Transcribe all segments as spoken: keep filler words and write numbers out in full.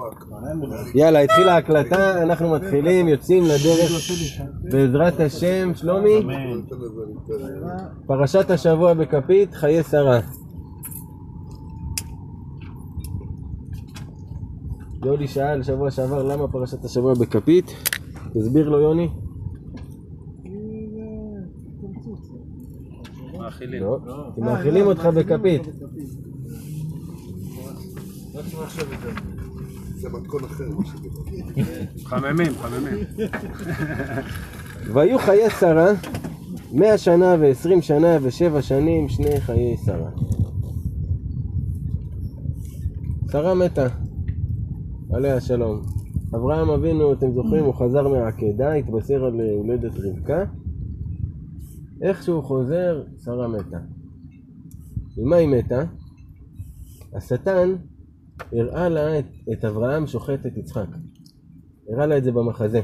יאללה, התחילה ההקלטה, אנחנו מתחילים, יוצאים לדרך בעזרת השם. שלומי, פרשת השבוע בכפית, חיי שרה. יוני שאל שבוע שעבר למה פרשת השבוע בכפית, תסביר לו יוני. מאכילים. לא, כי מאכילים אותך בכפית. זה מתכון אחר. חממים, חממים. והיו חיי שרה מאה שנה ועשרים שנה ושבע שנים, שני חיי שרה. שרה מתה, עליה השלום. אברהם אבינו, אתם זוכרים, הוא חזר מהעקדה, התבשר על הולדת רבקה. איך שהוא חוזר, שרה מתה. ומה היא מתה? השטן הראה לה את, את אברהם שוחט את יצחק. הראה לה את זה במחזה.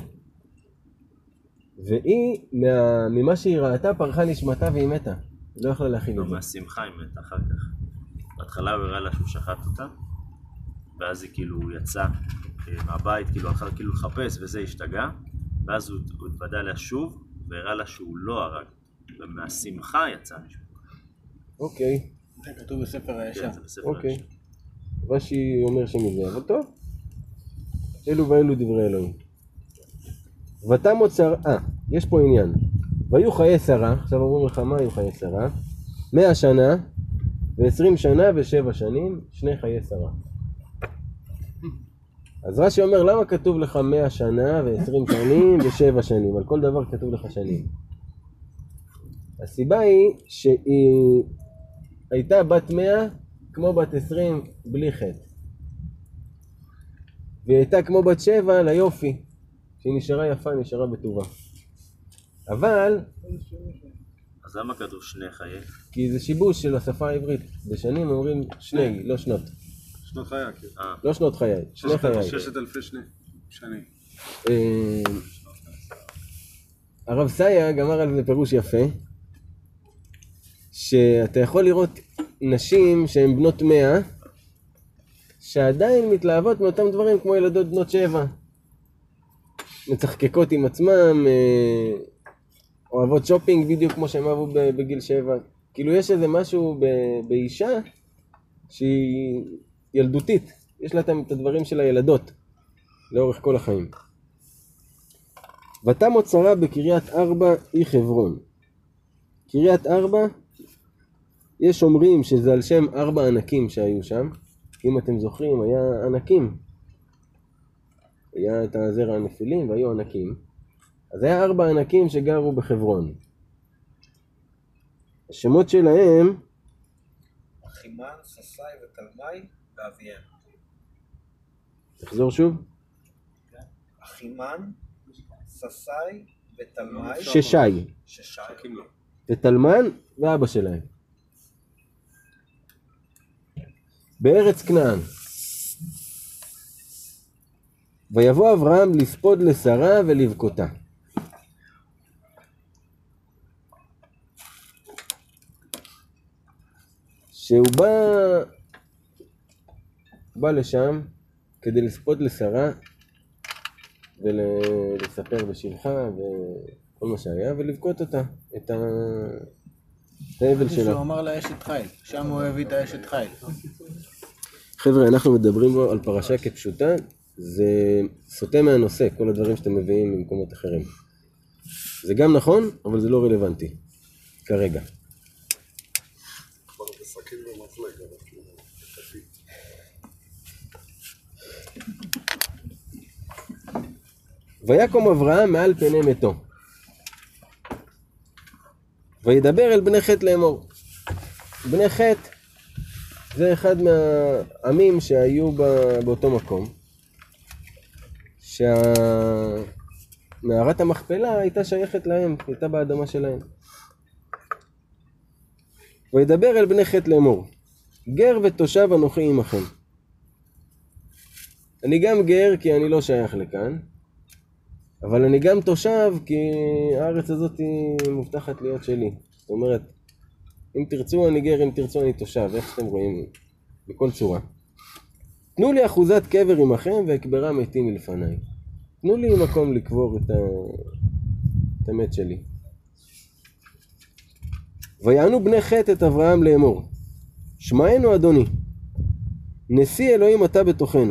והיא, מה, ממה שהיא ראתה, פרחה נשמתה והיא מתה. היא לא יכלה להכין את זה. מהשמחה היא מתה אחר כך. בהתחלה הוא הראה לה שהוא שחט אותה, ואז היא כאילו יצאה מהבית, כאילו הלכה כאילו לחפש וזה השתגע, ואז הוא, הוא התוודע לה שוב, והראה לה שהוא לא הרג. ומהשמחה יצאה נשמתה. אוקיי. זה כתוב בספר הישר. כן, זה בספר אוקיי. הישר. רש"י אומר שמזה, אבל טוב. אלו ואלו דברי אלוהים. ותמות שרה, אה, יש פה עניין. והיו חיי שרה, עכשיו אומרים לך מה היו חיי שרה? מאה שנה ועשרים שנה ושבע שנים, שני חיי שרה. אז רש"י אומר, למה כתוב לך מאה שנה ועשרים שנים ושבע שנים? על כל דבר כתוב לך שנים. הסיבה היא שהיא הייתה בת מאה כמו בת עשרים בלי חטא. והיא הייתה כמו בת שבע ליופי, שהיא נשארה יפה, נשארה בטובה. אבל, אז למה כתוב שני חיי? כי זה שיבוש של השפה העברית. בשנים אומרים שני, לא שנות. שנות חיה, כן. אה, לא שנות חיי, שני חיי. ששת אלפי שני שנים. אה, הרב סייג אמר על זה פירוש יפה, שאתה יכול לראות נשים שהן בנות מאה, שעדיין מתלהבות מאותם דברים כמו ילדות בנות שבע. מצחקקות עם עצמם, אוהבות שופינג בדיוק כמו שהם אהבו בגיל שבע. כאילו יש איזה משהו באישה שהיא ילדותית. יש לה את הדברים של הילדות לאורך כל החיים. ותמות שרה בקריית ארבע היא חברון. קריית ארבע, יש אומרים שזה על שם ארבע ענקים שהיו שם. אם אתם זוכרים, היה ענקים. היה את הזרע הנפילים והיו ענקים. אז היה ארבע ענקים שגרו בחברון. השמות שלהם, אחימן, ססאי ותלמי ואביהם. תחזור שוב. אחימן, ססאי ותלמי. ששי. ששי. ותלמן ואבא שלהם. בארץ כנען. ויבוא אברהם לספוד לשרה ולבכותה. שהוא בא, בא לשם כדי לספוד לשרה ולספר בשבחה וכל מה שהיה ולבכות אותה, את האבל שלה. הוא אמר לה אשת חיל, שם הוא הביא את האשת חיל. חבר'ה, אנחנו מדברים בו על פרשה כפשוטה, זה סוטה מהנושא, כל הדברים שאתם מביאים ממקומות אחרים. זה גם נכון, אבל זה לא רלוונטי, כרגע. כבר בסכין ומפלג, אבל כאילו, בכפית. ויקום אברהם מעל פני מתו. וידבר אל בני חת לאמור. בני חת זה אחד מהעמים שהיו באותו מקום. שהמערת המכפלה הייתה שייכת להם, הייתה באדמה שלהם. וידבר אל בני חת לאמור. גר ותושב אנוכי עמכם. אני גם גר כי אני לא שייך לכאן. אבל אני גם תושב כי הארץ הזאת היא מובטחת להיות שלי. זאת אומרת, אם תרצו אני גר, אם תרצו אני תושב, איך שאתם רואים, בכל צורה. תנו לי אחוזת קבר עמכם ואקברה מתים מלפניי. תנו לי מקום לקבור את, ה... את המת שלי. ויענו בני חטא את אברהם לאמור, שמענו אדוני, נשיא אלוהים אתה בתוכנו.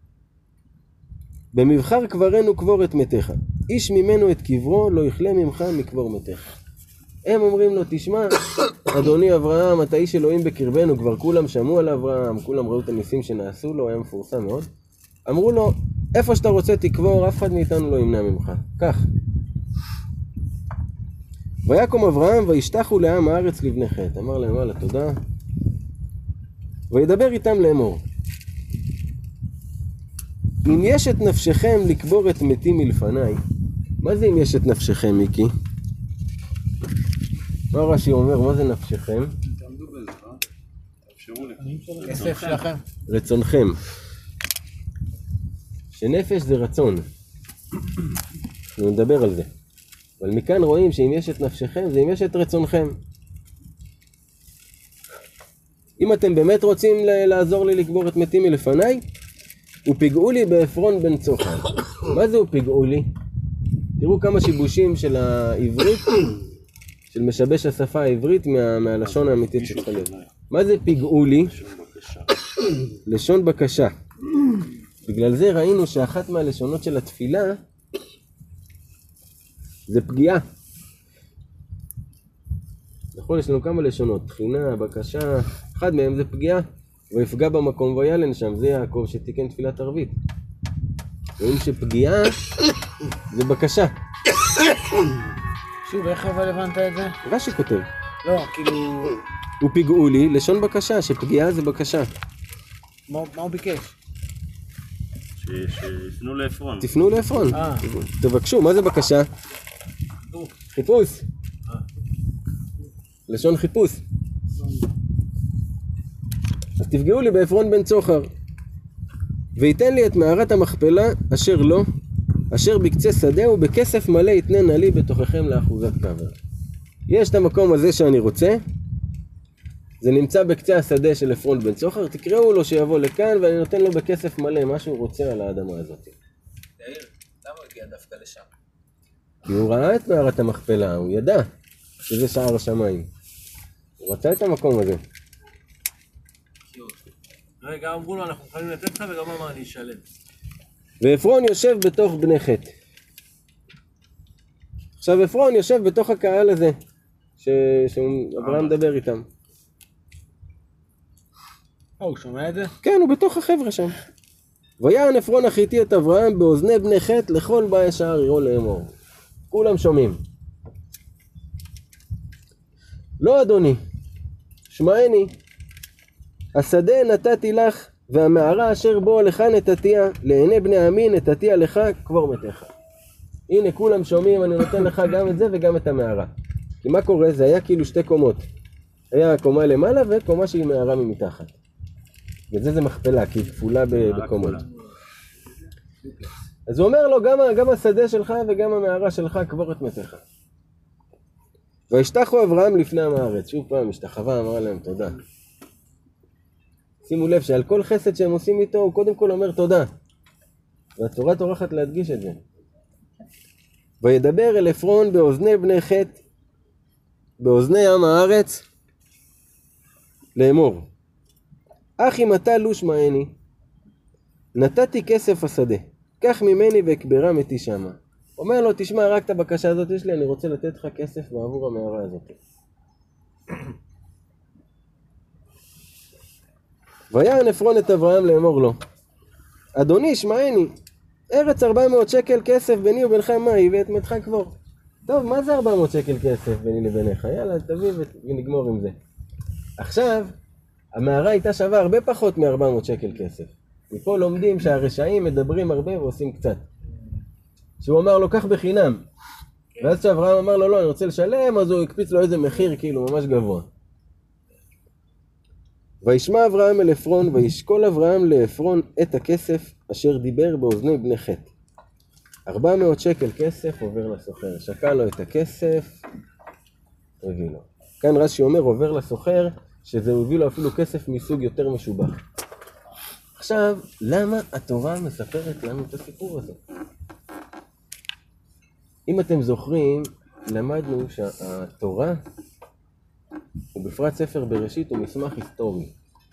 במבחר קברנו קבור את מתיך, איש ממנו את קברו לא יכלה ממך מקבור מתיך. הם אומרים לו, תשמע, אדוני אברהם, אתה איש אלוהים בקרבנו, כבר כולם שמעו על אברהם, כולם ראו את הניסים שנעשו לו, היה מפורסם מאוד. אמרו לו, איפה שאתה רוצה תקבור, אף אחד מאיתנו לא ימנע ממך. כך. ויקום אברהם וישתחו לעם הארץ לבני חטא. אמר להם, וואלה, תודה. וידבר איתם לאמור. אם יש את נפשכם לקבור את מתים מלפניי, מה זה אם יש את נפשכם, מיקי? מה רש"י אומר, מה זה נפשכם? תעמדו בזה, אה? תאפשרו לי. כסף שלכם. רצונכם. שנפש זה רצון. אנחנו נדבר על זה. אבל מכאן רואים שאם יש את נפשכם, זה אם יש את רצונכם. אם אתם באמת רוצים לעזור לי לקבור את מתים מלפניי, ופגעו לי בעפרון בן צוחר. מה זה ופגעו לי? תראו כמה שיבושים של העברית, של משבש השפה העברית מה, מהלשון האמיתית שצריכה להיות. מה זה פגעו לי? לשון בקשה. בגלל זה ראינו שאחת מהלשונות של התפילה זה פגיעה. נכון, יש לנו כמה לשונות, תחינה, בקשה, אחד מהם זה פגיעה. ויפגע במקום וילן שם, זה יעקב שתיקן תפילת ערבית. רואים שפגיעה זה בקשה. שוב, איך אבל הבנת את זה? רש"י כותב. לא, כאילו... ופגעו לי, לשון בקשה, שפגיעה זה בקשה. מה מה הוא ביקש? ש- שיפנו לעפרון. תפנו לעפרון, אה. תבקשו, מה זה בקשה? חיפוש. לשון חיפוש. אז תפגעו לי בעפרון בן צוחר, ויתן לי את מערת המכפלה אשר לו, אשר בקצה שדה ובכסף מלא יתננה לי בתוככם לאחוזת קבר. יש את המקום הזה שאני רוצה, זה נמצא בקצה השדה של עפרון בן צוחר, תקראו לו שיבוא לכאן ואני נותן לו בכסף מלא מה שהוא רוצה על האדמה הזאת. יאיר, למה הוא הגיע דווקא לשם? כי הוא ראה את מערת המכפלה, הוא ידע שזה שער השמיים. הוא רצה את המקום הזה. רגע, אמרו לו, אנחנו יכולים לתת לך וגם אמר אני אשלם. ועפרון יושב בתוך בני חטא. עכשיו עפרון יושב בתוך הקהל הזה, שאברהם מדבר איתם. אה, הוא שומע את זה? כן, הוא בתוך החבר'ה שם. ויען עפרון החיתי את אברהם באוזני בני חטא לכל באי שער עירו לאמור. כולם שומעים. לא אדוני, שמעני, השדה נתתי לך, והמערה אשר בו לך נתתיה, לעיני בני עמי נתתיה לך, קבור מתיך. הנה כולם שומעים, אני נותן לך גם את זה וגם את המערה. כי מה קורה? זה היה כאילו שתי קומות. היה קומה למעלה וקומה שהיא מערה ממתחת. וזה זה מכפלה, כי היא כפולה בקומות. אז הוא אומר לו, גם, גם השדה שלך וגם המערה שלך קבור את מתיך. וישתחו אברהם לפני המארץ. שוב פעם, השתחווה, אמר להם תודה. שימו לב שעל כל חסד שהם עושים איתו, הוא קודם כל אומר תודה. והתורה טורחת להדגיש את זה. וידבר אל עפרון באוזני בני חטא, באוזני עם הארץ, לאמור. אך אם אתה לא שמעני, נתתי כסף השדה, קח ממני ואקברה מתי שמה. אומר לו, תשמע, רק את הבקשה הזאת יש לי, אני רוצה לתת לך כסף בעבור המערה הזאת. ויען עפרון את אברהם לאמור לו, אדוני שמעני, ארץ ארבע מאות שקל כסף ביני ובינך מהי ואת מתך קבור. טוב, מה זה ארבע מאות שקל כסף ביני לביניך? יאללה, תביא ונגמור עם זה. עכשיו, המערה הייתה שווה הרבה פחות מ-ארבע מאות שקל כסף. מפה לומדים שהרשעים מדברים הרבה ועושים קצת. שהוא אמר לו, קח בחינם. ואז שאברהם אמר לו, לא, אני רוצה לשלם, אז הוא הקפיץ לו איזה מחיר כאילו ממש גבוה. וישמע אברהם אל עפרון, וישקול אברהם לעפרון את הכסף אשר דיבר באוזני בני חטא. ארבע מאות שקל כסף עובר לסוחר. שקל לו את הכסף, הביא לו. כאן רש"י אומר, עובר לסוחר, שזה הביא לו אפילו כסף מסוג יותר משובח. עכשיו, למה התורה מספרת לנו את הסיפור הזה? אם אתם זוכרים, למדנו שהתורה, ובפרט ספר בראשית, הוא מסמך היסטורי.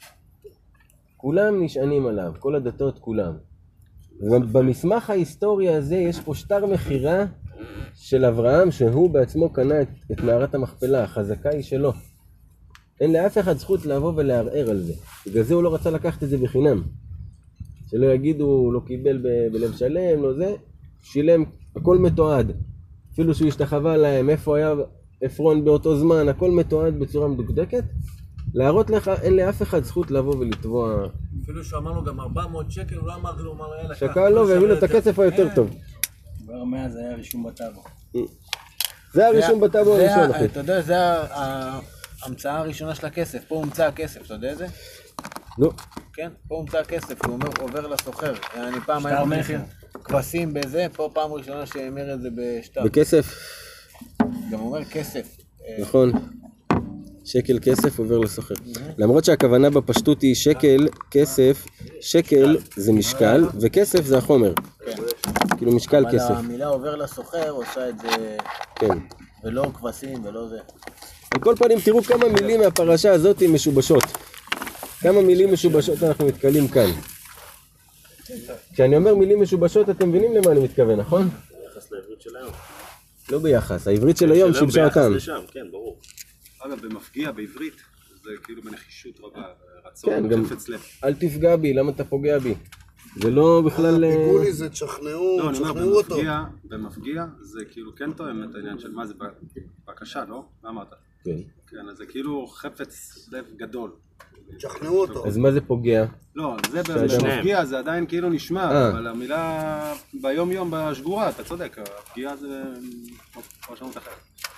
כולם נשענים עליו, כל הדתות כולם. ובמסמך ההיסטורי הזה יש פה שטר מחירה של אברהם, שהוא בעצמו קנה את, את מערת המכפלה, החזקה היא שלו. אין לאף אחד זכות לבוא ולערער על זה. בגלל זה הוא לא רצה לקחת את זה בחינם. שלא יגידו, הוא לא קיבל ב- בלב שלם, לא זה. שילם, הכל מתועד. אפילו שהוא השתחווה להם, איפה היה עפרון באותו זמן, הכל מתועד בצורה מדוקדקת. להראות לך, אין לאף אחד זכות לבוא ולתבוע. אפילו שאמרנו גם ארבע מאות שקל, הוא לא אמר לו מה היה לקח. שקל לו והביא לו את הכסף היותר טוב. כבר מאז היה רישום בטאבו. זה הרישום בטאבו הראשון, אחי. אתה יודע, זה ההמצאה הראשונה של הכסף. פה הומצא הכסף, אתה יודע את זה? לא. כן, פה הומצא הכסף, הוא אומר עובר לסוחר. אני פעם היה מניחים כבשים בזה, פה פעם ראשונה שאמר את זה בשטר. בכסף. גם אומר כסף. נכון. שקל כסף עובר לסוחר. למרות שהכוונה בפשטות היא שקל, כסף, שקל זה משקל, וכסף זה החומר. כאילו משקל כסף. אבל המילה עובר לסוחר עושה את זה, כן. ולא כבשים ולא זה. על כל פנים, תראו כמה מילים מהפרשה הזאת משובשות. כמה מילים משובשות אנחנו מתקלים כאן. כשאני אומר מילים משובשות, אתם מבינים למה אני מתכוון, נכון? ביחס לעברית של היום. לא ביחס, העברית של היום שיבשה אותם. ביחס לשם, כן, ברור. אגב, במפגיע, בעברית, זה כאילו בנחישות רבה, כן, רצון, גם חפץ לב. אל תפגע בי, למה אתה פוגע בי? זה לא בכלל... פיגעו לי זה תשכנעו, לא, אני אומר, תשכנעו אותו. במפגיע, במפגיע, זה כאילו כן תואם את העניין של מה זה בקשה, לא? מה אמרת? כן. כן, אז זה כאילו חפץ לב גדול. תשכנעו אותו. אז מה זה פוגע? לא, זה שאדם- במפגיע זה עדיין כאילו נשמע, אה. אבל המילה ביום יום בשגורה, אתה צודק, הפגיעה זה פרשנות אחרת.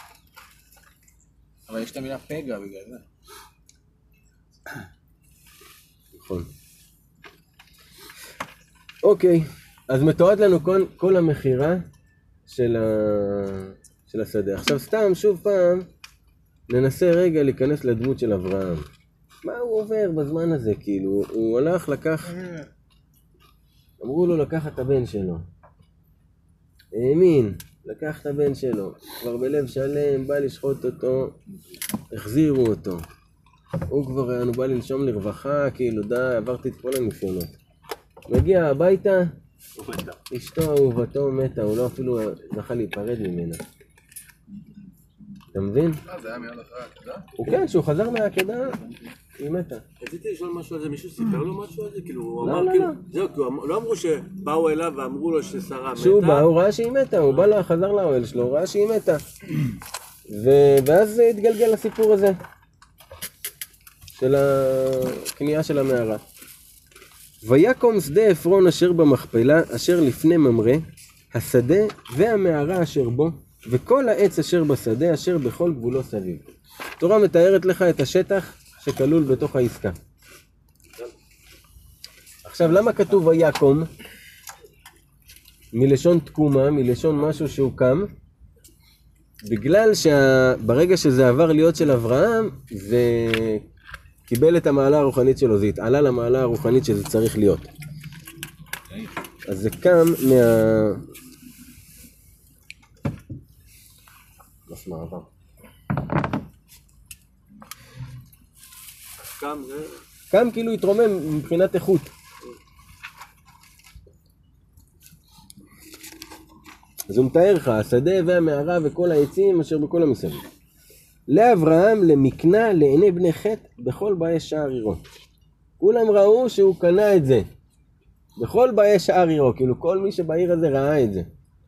אבל יש את המילה פגע בגלל זה. נכון. אוקיי, אז מתועד לנו כל, כל המחירה של, ה... של השדה. עכשיו סתם, שוב פעם, ננסה רגע להיכנס לדמות של אברהם. מה הוא עובר בזמן הזה? כאילו, הוא הלך, לקח... אמרו לו לקח את הבן שלו. האמין, לקח את הבן שלו. כבר בלב שלם, בא לשחוט אותו, החזירו אותו. הוא כבר, הוא בא לנשום לרווחה, כאילו די, עברתי את כל הניסיונות. מגיע הביתה, אשתו אהובתו מתה, הוא לא אפילו זכה להיפרד ממנה. אתה מבין? זה היה מיד אחרי העקדה? הוא כן, שהוא חזר מהעקדה, היא מתה. רציתי לשאול משהו על זה, מישהו סיפר לו משהו על זה? כאילו, הוא לא, אמר לא, כאילו, לא. זהו, כי הוא לא אמרו שבאו אליו ואמרו לו ששרה מתה. כשהוא בא, הוא ראה שהיא מתה, הוא בא לה, חזר לאוהל שלו, הוא ראה שהיא מתה. ו- ואז התגלגל הסיפור הזה, של הקנייה של המערה. ויקום שדה עפרון אשר במכפלה, אשר לפני ממרא, השדה והמערה אשר בו, וכל העץ אשר בשדה, אשר בכל גבולו סביב. התורה מתארת לך את השטח שכלול בתוך העסקה. עכשיו, למה כתוב ויקום? מלשון תקומה, מלשון משהו שהוא קם, בגלל שברגע שזה עבר להיות של אברהם, זה קיבל את המעלה הרוחנית שלו, זה התעלה למעלה הרוחנית שזה צריך להיות. אז זה קם מה... מסמר עבר. קם זה... קם כאילו התרומם מבחינת איכות. אז הוא מתאר לך, השדה והמערה וכל העצים אשר בכל המסביב. לאברהם למקנה לעיני בני חטא בכל באי שער עירו. כולם ראו שהוא קנה את זה. בכל באי שער עירו, כאילו כל מי שבעיר הזה ראה את זה.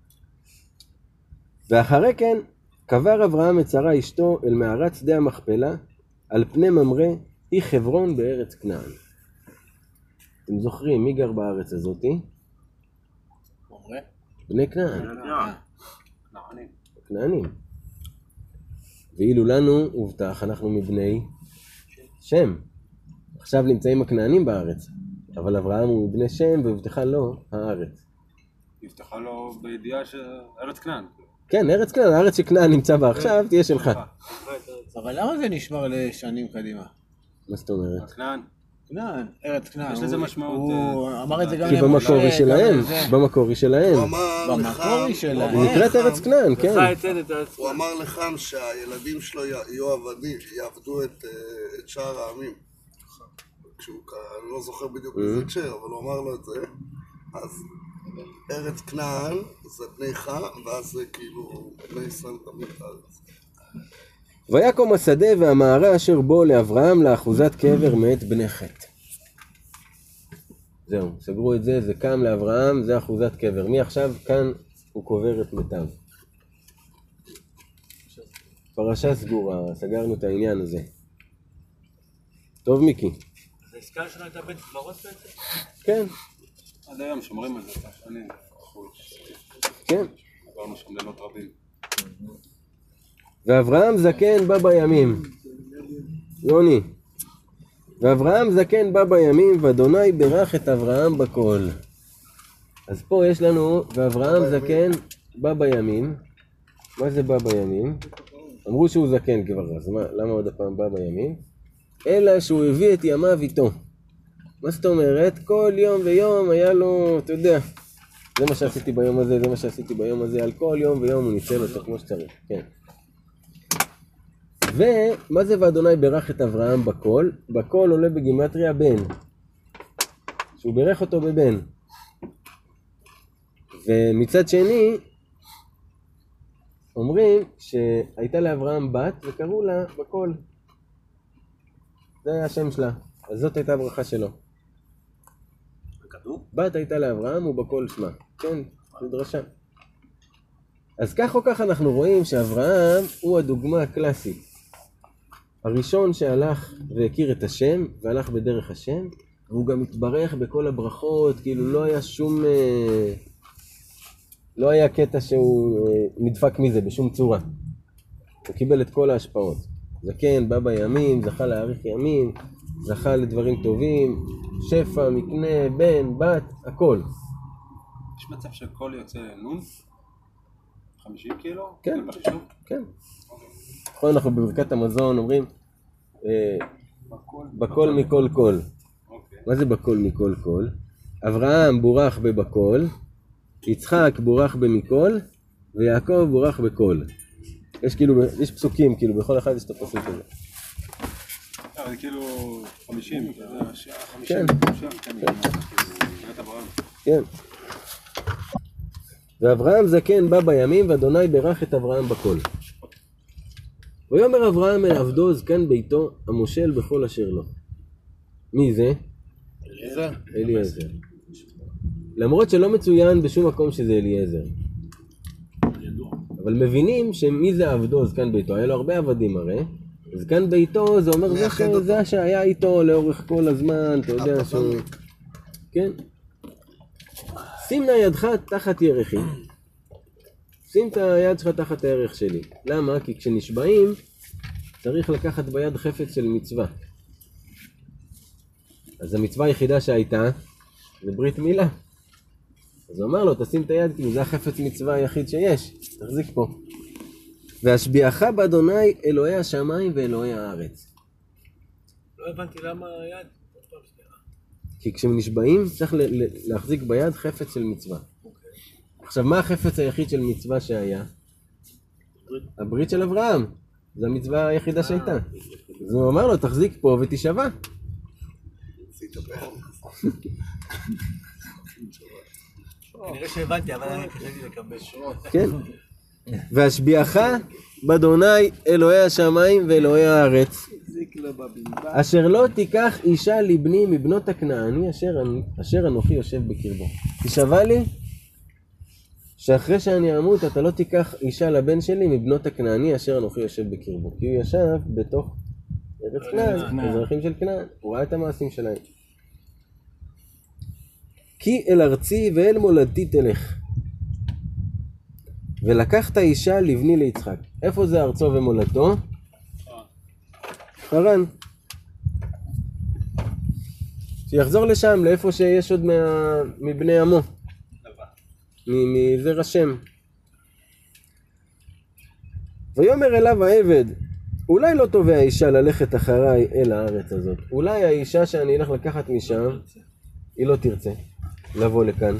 ואחרי כן, קבר אברהם את שרה אשתו אל מערת שדה המכפלה, על פני ממרא, היא חברון בארץ כנען. אתם זוכרים, מי גר בארץ הזאתי? ממרא? בני כנען. נענים. כנענים. ואילו לנו הובטח, אנחנו מבני שם. עכשיו נמצאים הכנענים בארץ, אבל אברהם הוא מבני שם והובטחה לו הארץ. נפתחה לו בידיעה שארץ כנען. כן, ארץ כנען, הארץ שכנען נמצא בה עכשיו, תהיה שלך. אבל למה זה נשמר לשנים קדימה? מה זאת אומרת? כנען. כנען, ארץ כנען. יש לזה הוא- משמעות, הוא אה, אמר את זה גם כי למשה, במקור היא גם שלהם, לזה. במקור היא שלהם. הוא אמר במקור היא לחם, שלהם. הוא היא אמר נקראת לחם- ארץ כנען, כן. חי את עדת הארץ. הוא אמר לחם שהילדים שלו י- יהיו עבדים, יעבדו את, אה, את שאר העמים. כשהוא, ק- אני לא זוכר בדיוק איזה הקשר, אבל הוא אמר לו את זה. אז ארץ כנען זה בני חם, ואז זה כאילו בני ישראל תמיד הארץ. ויקום השדה והמערה אשר בו לאברהם לאחוזת קבר מאת בני חטא. זהו, סגרו את זה, זה קם לאברהם, זה אחוזת קבר. מעכשיו כאן הוא קובר את מתיו. פרשה סגורה, סגרנו את העניין הזה. טוב מיקי. אז העסקה שלנו הייתה בית קברות בעצם? כן, עד היום שומרים על זה, את השנים. כן. עברנו שם לילות רבים. ואברהם זקן בא בימים. יוני. ואברהם זקן בא בימים, ואדוני ברך את אברהם בכל. אז פה יש לנו, ואברהם זקן בא בימים. מה זה בא בימים? אמרו שהוא זקן כבר, אז מה, למה עוד הפעם בא בימים? אלא שהוא הביא את ימיו איתו. מה זאת אומרת? כל יום ויום היה לו, אתה יודע, זה מה שעשיתי ביום הזה, זה מה שעשיתי ביום הזה, על כל יום ויום הוא ניצל אותו כמו שצריך, כן. ומה זה ואדוני ברך את אברהם בכל? בכל עולה בגימטריה בן. שהוא ברך אותו בבן. ומצד שני, אומרים שהייתה לאברהם בת וקראו לה בכל. זה היה השם שלה. אז זאת הייתה הברכה שלו. כתוב? בת הייתה לאברהם ובכל שמה. כן, זו דרשה. אז כך או כך אנחנו רואים שאברהם הוא הדוגמה הקלאסית. הראשון שהלך והכיר את השם והלך בדרך השם, והוא גם התברך בכל הברכות, כאילו לא היה שום, אה, לא היה קטע שהוא אה, נדפק מזה בשום צורה. הוא קיבל את כל ההשפעות. זקן, בא בימים, זכה להאריך ימים, זכה לדברים טובים, שפע, מקנה, בן, בת, הכל. יש מצב שכל יוצא נון? חמישים קילו? כן. זה בחישוב? כן. נכון, אנחנו בברכת המזון אומרים, אה, בכל מכל כל. אוקיי. מה זה בכל מכל כל? אברהם בורך בבכל, יצחק בורך במכל, ויעקב בורך בכל. יש כאילו, יש פסוקים, כאילו בכל אחד יש את הפסוק הזה. אה, זה כאילו חמישים, זה כן. חמישים, כן, בית אברהם. כן. ואברהם זקן בא בימים, ואדוני ברך את אברהם בכל. ויאמר אברהם אל עבדו זקן ביתו, המושל בכל אשר לו. מי זה? אליעזר. אליעזר. למרות שלא מצוין בשום מקום שזה אליעזר. אבל מבינים שמי זה עבדו זקן ביתו, היה לו הרבה עבדים הרי. זקן ביתו זה אומר זה מייחד אותו. שזה שהיה איתו לאורך כל הזמן, אתה יודע שהוא... כן. שים נא ידך תחת ירחי. שים את היד שלך תחת הערך שלי. למה? כי כשנשבעים צריך לקחת ביד חפץ של מצווה. אז המצווה היחידה שהייתה זה ברית מילה. אז הוא אמר לו, תשים את היד, כאילו זה החפץ מצווה היחיד שיש. תחזיק פה. והשביעך באדוני אלוהי השמיים ואלוהי הארץ. לא הבנתי למה היד. עוד פעם, סליחה. כי כשנשבעים צריך ל- ל- להחזיק ביד חפץ של מצווה. עכשיו, מה החפץ היחיד של מצווה שהיה? הברית של אברהם. זו המצווה היחידה שהייתה. אז הוא אמר לו, תחזיק פה ותשבע. זה יתהפך. כנראה שהבנתי, אבל אני קשה לי לקבל. כן. והשביעך באדוני אלוהי השמיים ואלוהי הארץ. אשר לא תיקח אישה לבני מבנות הכנעני אשר, אשר אנוכי יושב בקרבו. תשבע לי שאחרי שאני אמות אתה לא תיקח אישה לבן שלי מבנות הכנעני אשר אנוכי יושב בקרבו. כי הוא ישב בתוך ארץ כנען, אזרחים של כנען. הוא ראה את המעשים שלהם. כי אל ארצי ואל מולדתי תלך. ולקחת אישה לבני ליצחק. איפה זה ארצו ומולדתו? חרן. שיחזור לשם, לאיפה שיש עוד מה... מבני עמו. מזרע שם. ויאמר אליו העבד, אולי לא טוב האישה ללכת אחריי אל הארץ הזאת. אולי האישה שאני אלך לקחת משם, היא לא תרצה לבוא לכאן.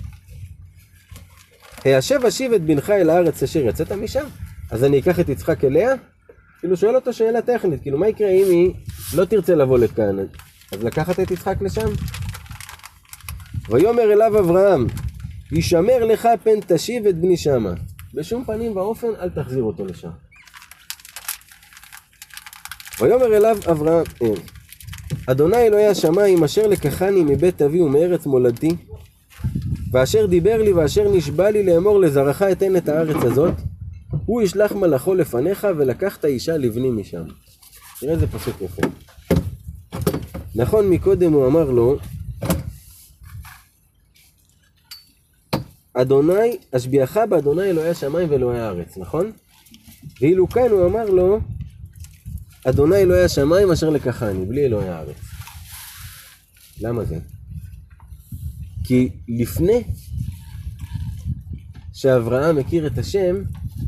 הישב אשיב את בנך אל הארץ אשר יצאת משם, אז אני אקח את יצחק אליה? כאילו שואל אותו שאלה טכנית, כאילו מה יקרה אם היא לא תרצה לבוא לכאן, אז לקחת את יצחק לשם? ויאמר אליו אברהם, ישמר לך פן תשיב את בני שמה. בשום פנים ואופן אל תחזיר אותו לשם. ויאמר אליו אברהם, אדוני אלוהי השמיים אשר לקחני מבית אבי ומארץ מולדתי, ואשר דיבר לי ואשר נשבע לי לאמור לזרעך אתן את הארץ הזאת, הוא ישלח מלאכו לפניך ולקחת אישה לבני משם. תראה איזה פסוק יפה. נכון, מקודם הוא אמר לו, אדוני, אשביעך באדוני אלוהי השמיים ואלוהי הארץ, נכון? ואילו כאן הוא אמר לו, אדוני אלוהי השמיים אשר לקחני, בלי אלוהי הארץ. למה זה? כי לפני שאברהם מכיר את השם,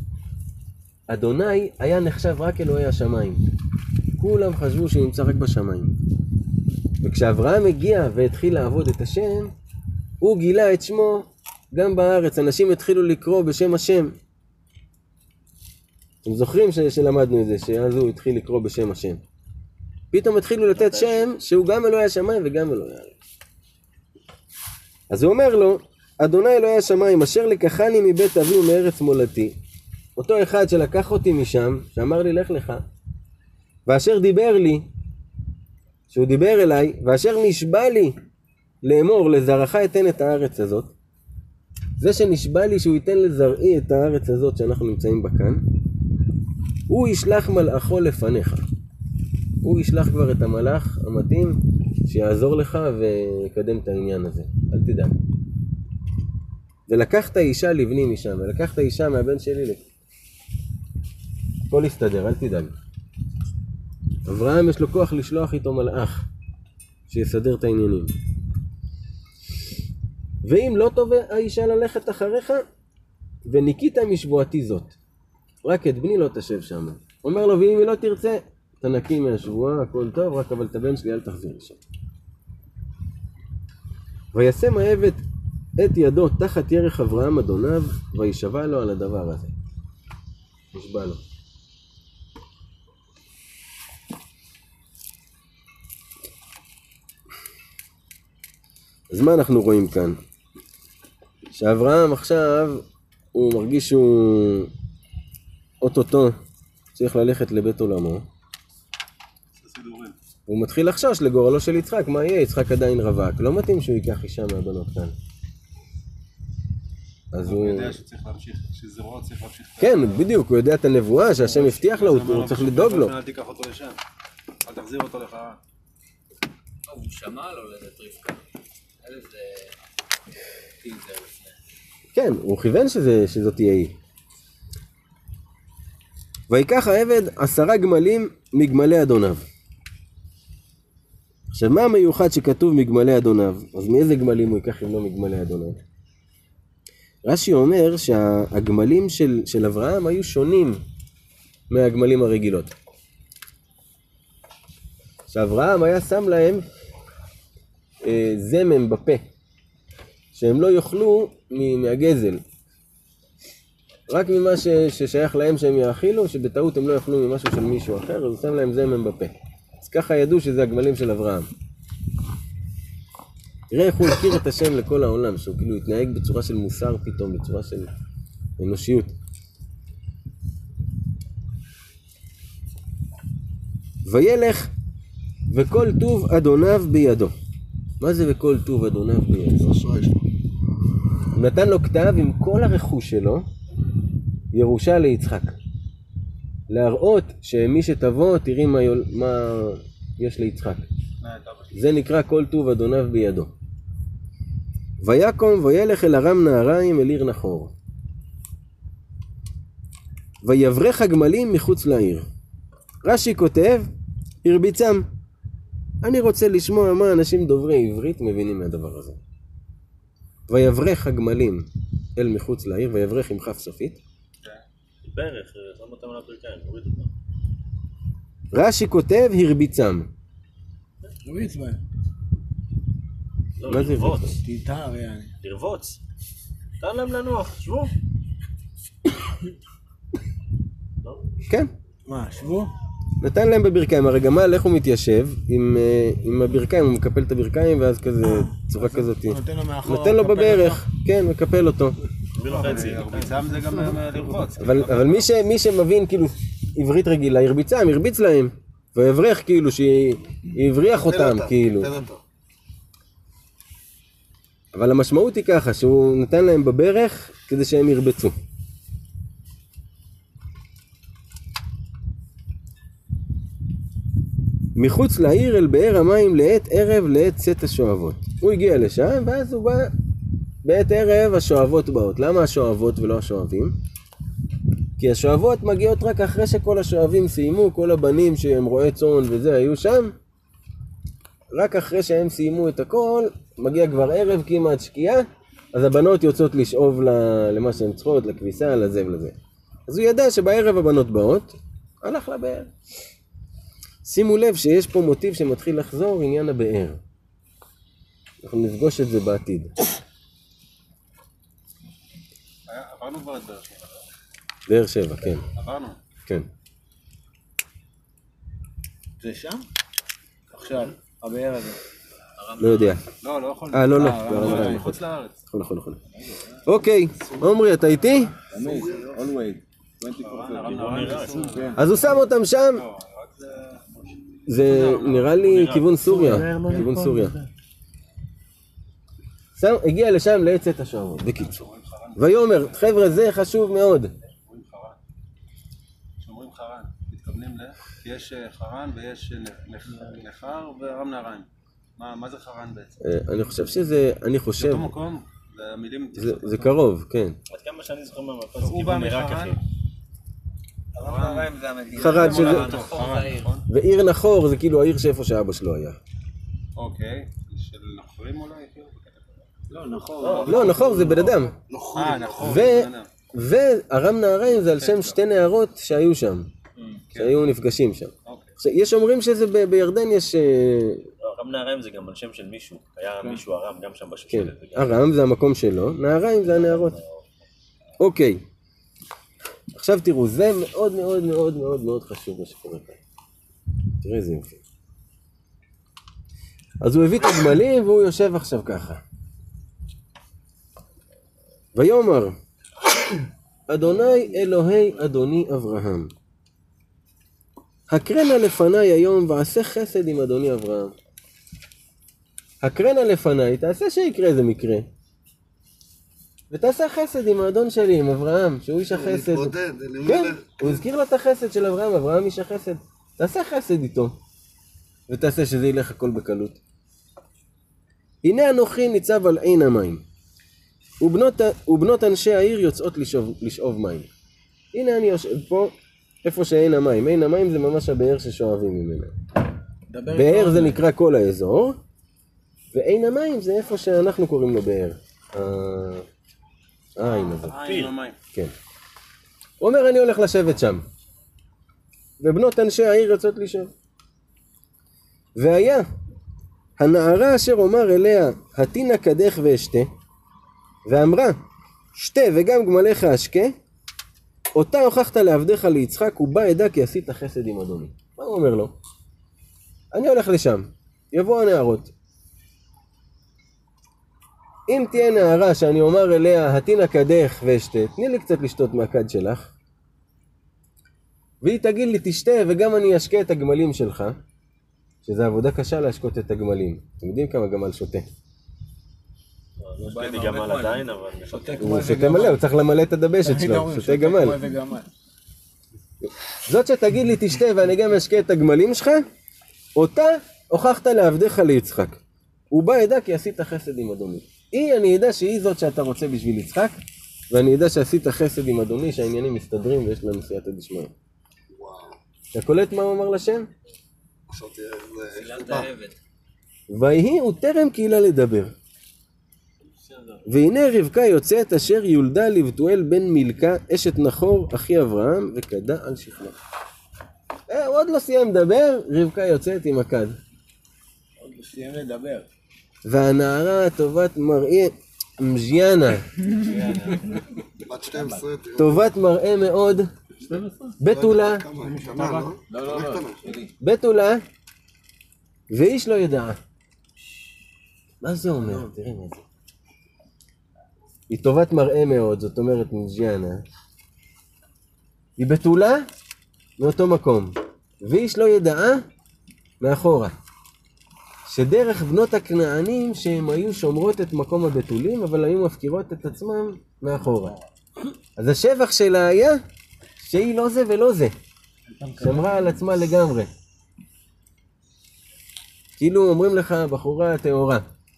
אדוני היה נחשב רק אלוהי השמיים. כולם חשבו שהוא נמצא רק בשמיים. וכשאברהם הגיע והתחיל לעבוד את השם, הוא גילה את שמו גם בארץ. אנשים התחילו לקרוא בשם השם. אתם זוכרים ש- שלמדנו את זה, שאז הוא התחיל לקרוא בשם השם. פתאום התחילו לתת שם שהוא גם אלוהי השמיים וגם אלוהי הארץ. אז הוא אומר לו, אדוני אלוהי השמיים אשר לקחני מבית אבי ומארץ מולדתי, אותו אחד שלקח אותי משם, שאמר לי לך לך, ואשר דיבר לי, שהוא דיבר אליי, ואשר נשבע לי לאמור לזרעך אתן את הארץ הזאת, זה שנשבע לי שהוא ייתן לזרעי את הארץ הזאת שאנחנו נמצאים בה כאן, הוא ישלח מלאכו לפניך. הוא ישלח כבר את המלאך המתאים שיעזור לך ויקדם את העניין הזה. אל תדאג. ולקח את האישה לבני משם, ולקח את האישה מהבן שלי לפה. הכל יסתדר, אל תדאג. אברהם יש לו כוח לשלוח איתו מלאך שיסדר את העניינים. ואם לא טוב האישה ללכת אחריך, וניקית משבועתי זאת. רק את בני לא תשב שם. אומר לו, ואם היא לא תרצה, תנקי מהשבועה, הכל טוב, רק אבל את הבן שלי אל תחזיר לשם. וישם העבד את ידו תחת ירך אברהם אדוניו, וישבע לו על הדבר הזה. נשבע לו. אז מה אנחנו רואים כאן? שאברהם עכשיו הוא מרגיש שהוא אוטוטו צריך ללכת לבית עולמו. הוא מתחיל לחשוש לגורלו של יצחק, מה יהיה? יצחק עדיין רווק, לא מתאים שהוא ייקח אישה מהבנות כאן. אז הוא... הוא יודע שצריך להמשיך, שזרוע צריך להמשיך. כן, בדיוק, הוא יודע את הנבואה שהשם הבטיח לו, הוא צריך לדאוג לו. אל תיקח אותו לשם, אל תחזיר אותו לך. הוא שמע לו לדת רבקה. אלף זה... טיזר לפני. כן, הוא כיוון שזה, שזאת תהיה היא. ויקח העבד עשרה גמלים מגמלי אדוניו. עכשיו, מה המיוחד שכתוב מגמלי אדוניו? אז מאיזה גמלים הוא ייקח אם לא מגמלי אדוניו? רש"י אומר שהגמלים של, של אברהם היו שונים מהגמלים הרגילות. שאברהם היה שם להם אה, זמם בפה, שהם לא יאכלו מהגזל. רק ממה ש, ששייך להם שהם יאכילו, שבטעות הם לא יאכלו ממשהו של מישהו אחר, אז הוא שם להם זמם בפה. אז ככה ידעו שזה הגמלים של אברהם. תראה איך הוא הכיר את השם לכל העולם, שהוא כאילו התנהג בצורה של מוסר פתאום, בצורה של אנושיות. וילך וכל טוב אדוניו בידו. מה זה וכל טוב אדוניו בידו? הוא נתן לו כתב עם כל הרכוש שלו, ירושה ליצחק. להראות שמי שתבוא תראי מה, יול... מה יש ליצחק. זה נקרא כל טוב אדוניו בידו. ויקום וילך אל ארם נהריים אל עיר נחור. ויברך הגמלים מחוץ לעיר. רש"י כותב, הרביצם. אני רוצה לשמוע מה אנשים דוברי עברית מבינים מהדבר הזה. ויברך הגמלים אל מחוץ לעיר, ויברך עם כף סופית. בערך, שם אותם על הברכיים, הוריד אותם. רש"י כותב הרביצם. הרביץ בהם. מה זה לרבוץ. תיתר יעני. לרבוץ. תן להם לנוח, שבו. כן. מה, שבו? נתן להם בברכיים, הרי גמל איך הוא מתיישב עם, עם הברכיים, הוא מקפל את הברכיים ואז כזה, צורה כזאת. הוא נותן לו מאחור. נותן לו בברך, כן, מקפל אותו. הרביצם זה גם לרבוץ. אבל, אבל מי, ש, מי שמבין כאילו עברית רגילה, הרביצם, הרביץ להם. והברך כאילו, שהבריח אותם כאילו. אבל המשמעות היא ככה, שהוא נתן להם בברך כדי שהם ירבצו. מחוץ לעיר אל באר המים לעת ערב לעת צאת השואבות. הוא הגיע לשם ואז הוא בא בעת ערב השואבות באות. למה השואבות ולא השואבים? כי השואבות מגיעות רק אחרי שכל השואבים סיימו, כל הבנים שהם רועי צאן וזה היו שם. רק אחרי שהם סיימו את הכל, מגיע כבר ערב כמעט שקיעה, אז הבנות יוצאות לשאוב למה שהן צריכות, לכביסה, לזה ולזה. אז הוא ידע שבערב הבנות באות, הלך לבאר. שימו לב שיש פה מוטיב שמתחיל לחזור, עניין הבאר. אנחנו נפגוש את זה בעתיד. עברנו כבר את באר שבע. באר שבע, כן. עברנו. כן. זה שם? עכשיו, הבאר הזה. לא יודע. לא, לא יכול. אה, לא, לא. מחוץ לארץ. נכון, נכון, נכון. אוקיי, עומרי, אתה איתי? תמיד, always. אז הוא שם אותם שם. זה נראה לי כיוון סוריה. כיוון סוריה. שם, הגיע לשם לעת צאת השואבות, בקיצור. ויאמר, חבר'ה, זה חשוב מאוד. כשאומרים חרן, מתכוונים ל... יש חרן ויש נחר ורם נהריים. מה זה חרן בעצם? אני חושב שזה, אני חושב... באותו מקום, זה המילים... זה קרוב, כן. עד כמה שאני זוכר מהמפה זה כיוון עיראק אחי. רם נהריים זה המדינה. חרד שזה... חרן. ועיר נחור זה כאילו העיר שאיפה שאבא שלו היה. אוקיי, של נחורים אולי? לא, נחור. לא, נחור זה בן אדם. אה, נחור. והרם נהריים זה על שם שתי נערות שהיו שם. שהיו נפגשים שם. יש אומרים שזה בירדן יש... רם נהריים זה גם על שם של מישהו. היה מישהו הרם גם שם בשושלת. הרם זה המקום שלו, נהריים זה הנערות. אוקיי. עכשיו תראו, זה מאוד מאוד מאוד מאוד מאוד חשוב מה שקורה כאן. תראה איזה יופי. אז הוא הביא את הגמלים והוא יושב עכשיו ככה. ויאמר, אדוני אלוהי אדוני אברהם, הקרנה לפניי היום ועשה חסד עם אדוני אברהם. הקרנה לפניי, תעשה שיקרה איזה מקרה. ותעשה חסד עם האדון שלי, עם אברהם, שהוא איש החסד. להתמודד, כן, הוא הזכיר לה את החסד של אברהם, אברהם איש החסד. תעשה חסד איתו. ותעשה שזה ילך הכל בקלות. הנה אנוכי ניצב על עין המים. ובנות, ובנות אנשי העיר יוצאות לשאוב, לשאוב מים. הנה אני יושב פה, איפה שאין המים. עין המים זה ממש הבאר ששואבים ממנה. באר זה נקרא כל האזור, ועין המים זה איפה שאנחנו קוראים לו באר. העין הזה. העין המים. כן. הוא אומר אני הולך לשבת שם. ובנות אנשי העיר יוצאות לשאוב. והיה הנערה אשר אומר אליה התינה קדך ואשתה, ואמרה שתה וגם גמליך אשקה, אותה הוכחת לעבדך ליצחק ובא עדה כי עשית חסד עם אדוני. מה הוא אומר לו? אני הולך לשם, יבואו הנערות. אם תהיה נערה שאני אומר אליה התינה קדך ואשתה, תני לי קצת לשתות מהקד שלך, והיא תגיד לי תשתה וגם אני אשקה את הגמלים שלך, שזה עבודה קשה להשקות את הגמלים. אתם יודעים כמה גמל שותה? לא שקטי גמל עדיין, אבל... הוא שותה מלא, הוא צריך למלא את הדבשת שלו, הוא שותה גמל. זאת שתגיד לי תשתה ואני גם אשקה את הגמלים שלך, אותה הוכחת לעבדך ליצחק. הוא בא ידע כי עשית חסד עם אדוני. היא, אני ידע שהיא זאת שאתה רוצה בשביל יצחק, ואני ידע שעשית חסד עם אדוני, שהעניינים מסתדרים ויש לנו סייעתא דשמיא. אתה קולט מה הוא אמר לשם? ויהי הוא טרם קהילה לדבר. והנה רבקה יוצאת אשר יולדה לבתואל בן מילכה אשת נחור אחי אברהם וקדה על שכמה. אה, הוא עוד לא סיים לדבר, רבקה יוצאת עם הכד. עוד לא סיים לדבר. והנערה טובת מראה, מז'יאנה, בת שתים עשרה, תראו. טובת מראה מאוד, בתולה, כמה, היא קטנה, לא? לא, לא, לא, שלי. בתולה, ואיש לא ידע. מה זה אומר? תראי מה זה. היא טובת מראה מאוד, זאת אומרת מז'יאנה. היא בתולה מאותו מקום, ואיש לא ידעה מאחורה. שדרך בנות הכנענים שהם היו שומרות את מקום הבתולים, אבל היו מפקירות את עצמם מאחורה. אז השבח שלה היה שהיא לא זה ולא זה. שמרה על עצמה לגמרי. כאילו אומרים לך בחורה טהורה.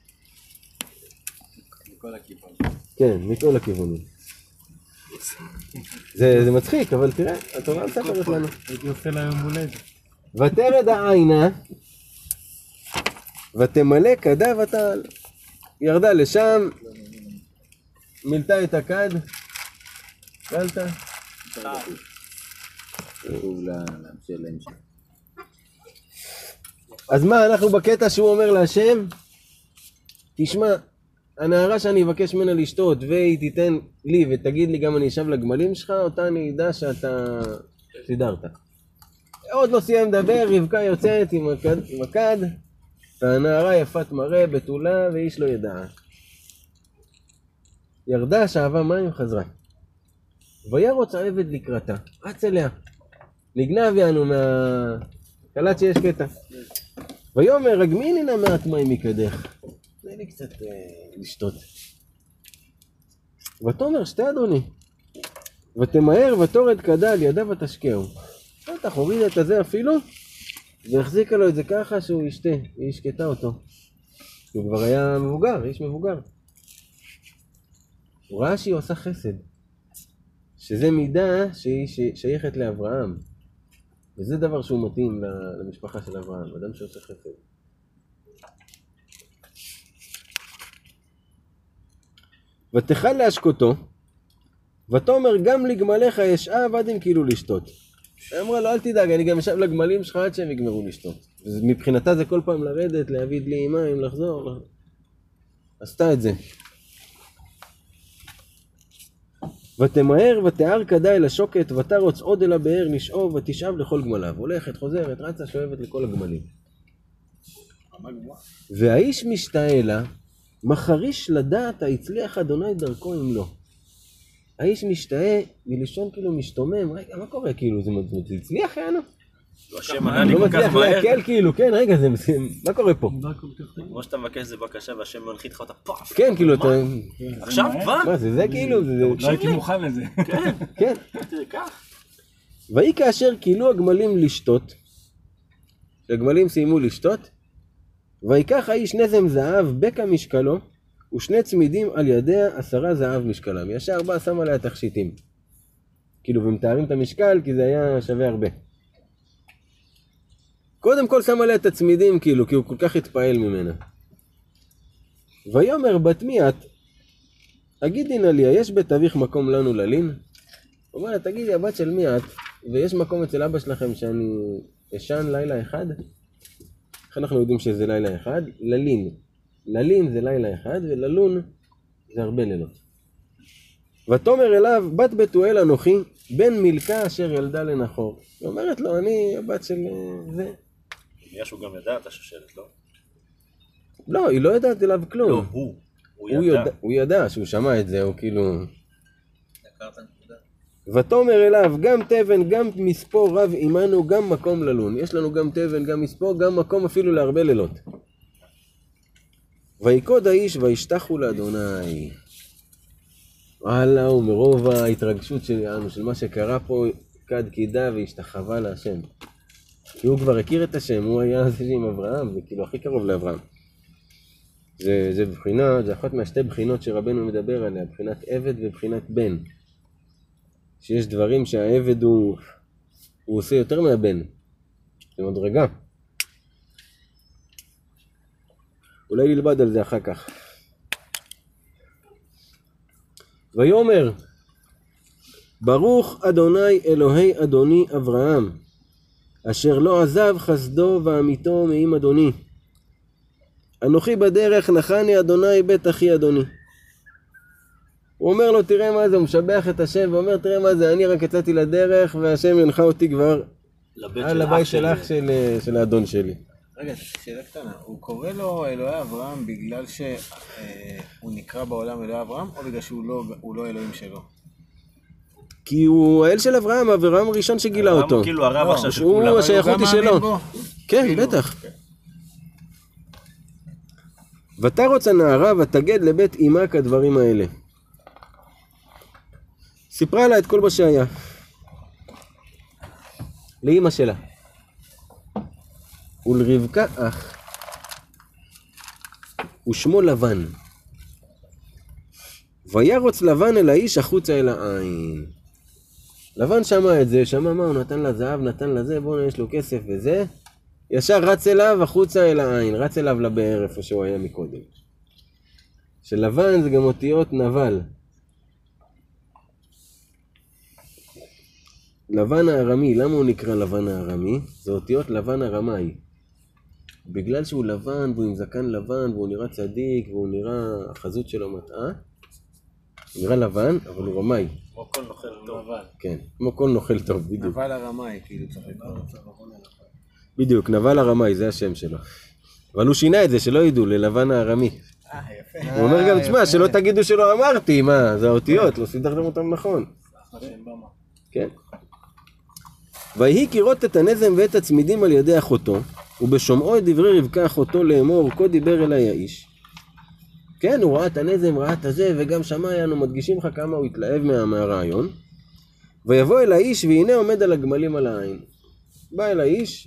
מכל הכיוון. כן, מכל הכיוונים. זה, זה מצחיק, אבל תראה, התורה מספרת לנו. הייתי עושה לה יום הולדת. ותרד העינה, ותמלא כדה ותעל. ירדה לשם, מילתה את הכד, קלת. אז מה, אנחנו בקטע שהוא אומר להשם, תשמע, הנערה שאני אבקש ממנה לשתות והיא תיתן לי ותגיד לי גם אני אשב לגמלים שלך, אותה אני אדע שאתה סידרת. עוד לא סיים לדבר, רבקה יוצאת עם הכד, עם הכד והנערה יפת מראה, בתולה ואיש לא ידע. ירדה, שאבה מים, חזרה. וירוץ העבד לקראתה, רץ אליה. נגנב יענו מהקלט שיש קטע. ויאמר, רגמיני נא מעט מים מקדך. תן לי קצת אה, לשתות. ותאמר, שתה אדוני. ותמהר ותורד כדה על ידה ותשקהו. בטח, הוריד את הזה אפילו, והחזיקה לו את זה ככה שהוא ישתה, היא השקטה אותו. הוא כבר היה מבוגר, איש מבוגר. הוא ראה שהיא עושה חסד. שזה מידה שהיא שייכת לאברהם. וזה דבר שהוא מתאים למשפחה של אברהם, אדם שעושה חסד. ותחל להשקותו, ותאמר גם לגמליך ישאב עד הם כאילו לשתות. היא אמרה לו, אל תדאג, אני גם אשב לגמלים שלך עד שהם יגמרו לשתות. מבחינתה זה כל פעם לרדת, להביא דלי מים, לחזור. עשתה את זה. ותמהר ותיאר כדה אל השוקת, ותרוץ עוד אל הבאר לשאוב, ותשאב לכל גמליו. הולכת, חוזרת, רצה, שואבת לכל הגמלים. והאיש משתאה לה, מחריש לדעת הצליח אדוני דרכו אם לא. האיש משתאה מלשון כאילו משתומם, רגע, מה קורה כאילו? זה הצליח יענו? השם ענה לי לא כל כך מצליח מהר. להקל כאילו, כן, רגע, זה, מה קורה פה? כמו שאתה מבקש זה בקשה והשם מנחית לך אותה פאף. כן, כאילו, אתה... עכשיו כבר? מה זה, זה כאילו, זה... לא הייתי מוכן לזה. כן. תראה כך. ויהי כאשר כאילו הגמלים לשתות, הגמלים סיימו לשתות, ויקח האיש נזם זהב בקע משקלו, ושני צמידים על ידיה עשרה זהב משקלם. ישר בא שם עליה תכשיטים. כאילו, ומתארים את המשקל, כי זה היה שווה הרבה. קודם כל שם עליה את הצמידים, כאילו, כי הוא כל כך התפעל ממנה. ויאמר בת מי את? אגידי נא לי, יש בית אביך מקום לנו ללין? הוא אומר לה, תגידי, הבת של מי את? ויש מקום אצל אבא שלכם שאני אשן לילה אחד? איך אנחנו יודעים שזה לילה אחד? ללין. ללין זה לילה אחד, וללון זה הרבה לילות. ותאמר אליו, בת בתואל אנוכי, בן מילכה אשר ילדה לנחור. היא אומרת לו, אני הבת של זה. נראה שהוא גם ידע את השושלת, לא? לא, היא לא יודעת אליו כלום. לא, הוא. הוא הוא ידע. יודע, הוא ידע שהוא שמע את זה, הוא כאילו... הכרת נקודה. ותאמר אליו, גם תבן, גם מספור רב עמנו, גם מקום ללון. יש לנו גם תבן, גם מספור, גם מקום אפילו להרבה לילות. ויקוד האיש וישתחו לאדוני. וואלה, ומרוב ההתרגשות שלנו, של מה שקרה פה, כד קידה והשתחווה להשם. כי הוא כבר הכיר את השם, הוא היה זה עם אברהם, זה כאילו הכי קרוב לאברהם. זה, זה בחינה, זה אחת מהשתי בחינות שרבנו מדבר עליה, בחינת עבד ובחינת בן. שיש דברים שהעבד הוא, הוא עושה יותר מהבן. זה מדרגה. אולי נלמד על זה אחר כך. ויאמר, ברוך אדוני אלוהי אדוני אברהם, אשר לא עזב חסדו ואמיתו מעם אדוני. אנוכי בדרך נחני אדוני בית אחי אדוני. הוא אומר לו תראה מה זה, הוא משבח את השם ואומר תראה מה זה, אני רק יצאתי לדרך והשם ינחה אותי כבר על הבית של אח של, של האדון שלי. רגע, שאלה קטנה, הוא קורא לו אלוהי אברהם בגלל שהוא נקרא בעולם אלוהי אברהם או בגלל שהוא לא, הוא לא אלוהים שלו? כי הוא האל של אברהם, אברהם הראשון שגילה אותו. הוא כאילו הרב עכשיו של הוא כולם. השייכות היא שלו. כן, בטח. ותרוץ הנערה ותגד לבית אמה כדברים האלה. סיפרה לה את כל מה שהיה. לאמא שלה. ולרבקה אח. ושמו לבן. וירוץ לבן אל האיש החוצה אל העין. לבן שמע את זה, שמע מה הוא נתן לה זהב, נתן לה זה, בואו יש לו כסף וזה. ישר רץ אליו החוצה אל העין, רץ אליו לבאר איפה שהוא היה מקודם. שלבן זה גם אותיות נבל. לבן הארמי, למה הוא נקרא לבן הארמי? זה אותיות לבן הרמאי. בגלל שהוא לבן והוא עם זקן לבן והוא נראה צדיק והוא נראה, החזות שלו מטעה. הוא נראה לבן, אבל הוא רמאי. כמו כל נוכל טוב. כן, כמו כל נוכל טוב, בדיוק. נבל הרמאי, כאילו צריך לקרוא. בדיוק, נבל הרמאי, זה השם שלו. אבל הוא שינה את זה, שלא ידעו, ללבן הארמי. אה, יפה. הוא אומר גם, תשמע, שלא תגידו שלא אמרתי, מה, זה האותיות, לא סידרתם אותם נכון. כן. ויהי כירות את הנזם ואת הצמידים על ידי אחותו, ובשומעו את דברי רבקה אחותו לאמור, כה דיבר אליי האיש. כן, הוא ראה את הנזם, ראה את הזה, וגם שמע, אנו מדגישים לך כמה הוא התלהב מה, מהרעיון. ויבוא אל האיש, והנה עומד על הגמלים על העין. בא אל האיש,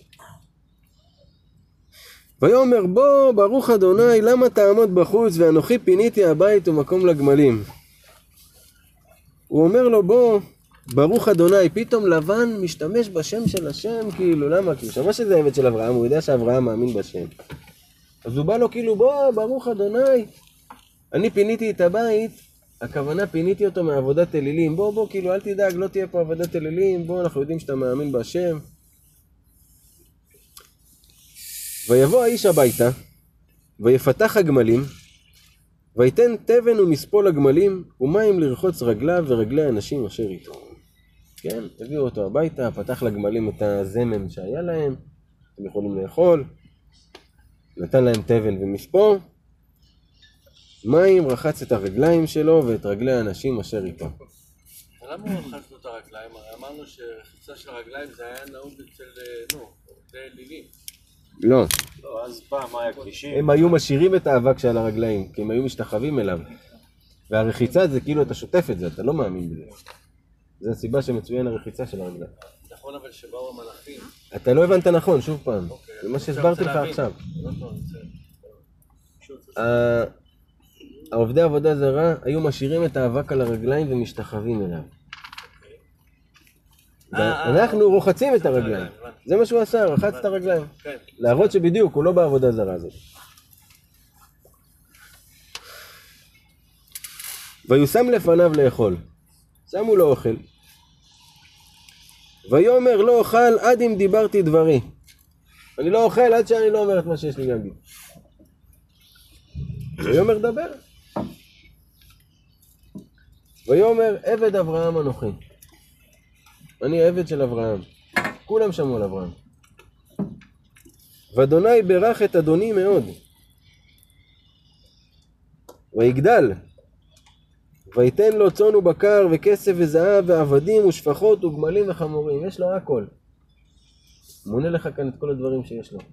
ויאמר בוא, ברוך אדוני, למה תעמוד בחוץ, ואנוכי פיניתי הבית ומקום לגמלים. הוא אומר לו בוא, ברוך אדוני, פתאום לבן משתמש בשם של השם, כאילו, למה? כי הוא שמע שזה עבד של אברהם, הוא יודע שאברהם מאמין בשם. אז הוא בא לו כאילו, בוא, ברוך אדוני, אני פיניתי את הבית, הכוונה פיניתי אותו מעבודת אלילים, בוא, בוא, כאילו, אל תדאג, לא תהיה פה עבודת אלילים, בוא, אנחנו יודעים שאתה מאמין בשם. ויבוא האיש הביתה, ויפתח הגמלים, ויתן תבן ומספול לגמלים, ומים לרחוץ רגליו ורגלי אנשים אשר איתו. כן, הביאו אותו הביתה, פתח לגמלים את הזמם שהיה להם, הם יכולים לאכול, נתן להם תבן ומספול, מים רחץ את הרגליים שלו ואת רגלי האנשים אשר איתו. למה הוא רחץ לו את הרגליים? אמרנו שרחיצה של הרגליים זה היה נהוג אצל, נו, עובדי אלילים. לא. לא, אז פעם היה כבישים. הם היו משאירים את האבק שעל הרגליים, כי הם היו משתחווים אליו. והרחיצה זה כאילו אתה שוטף את זה, אתה לא מאמין בזה. זו הסיבה שמצוין הרחיצה של הרגליים. נכון, אבל שבאו המלאכים. אתה לא הבנת נכון, שוב פעם. זה מה שהסברתי לך עכשיו. העובדי עבודה זרה היו משאירים את האבק על הרגליים ומשתחווים אליו. אנחנו רוחצים את הרגליים. זה מה שהוא עשה, רחץ את הרגליים. להראות שבדיוק הוא לא בעבודה זרה הזאת. ויושם לפניו לאכול. שמו לו אוכל. ויאמר לא אוכל עד אם דיברתי דברי. אני לא אוכל עד שאני לא אומר את מה שיש לי להגיד. ויאמר דבר. ויאמר עבד אברהם אנוכי. אני עבד של אברהם. כולם שמעו על אברהם. ואדוני ברך את אדוני מאוד. ויגדל. ויתן לו צאן ובקר וכסף וזהב ועבדים ושפחות וגמלים וחמורים. יש לו הכל. מונה לך כאן את כל הדברים שיש לו.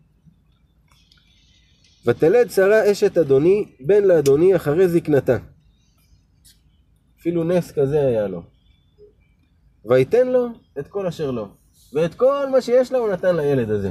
ותלד שרה אשת אדוני בן לאדוני אחרי זקנתה. אפילו נס כזה היה לו. ויתן לו את כל אשר לו. ואת כל מה שיש לו הוא נתן לילד הזה.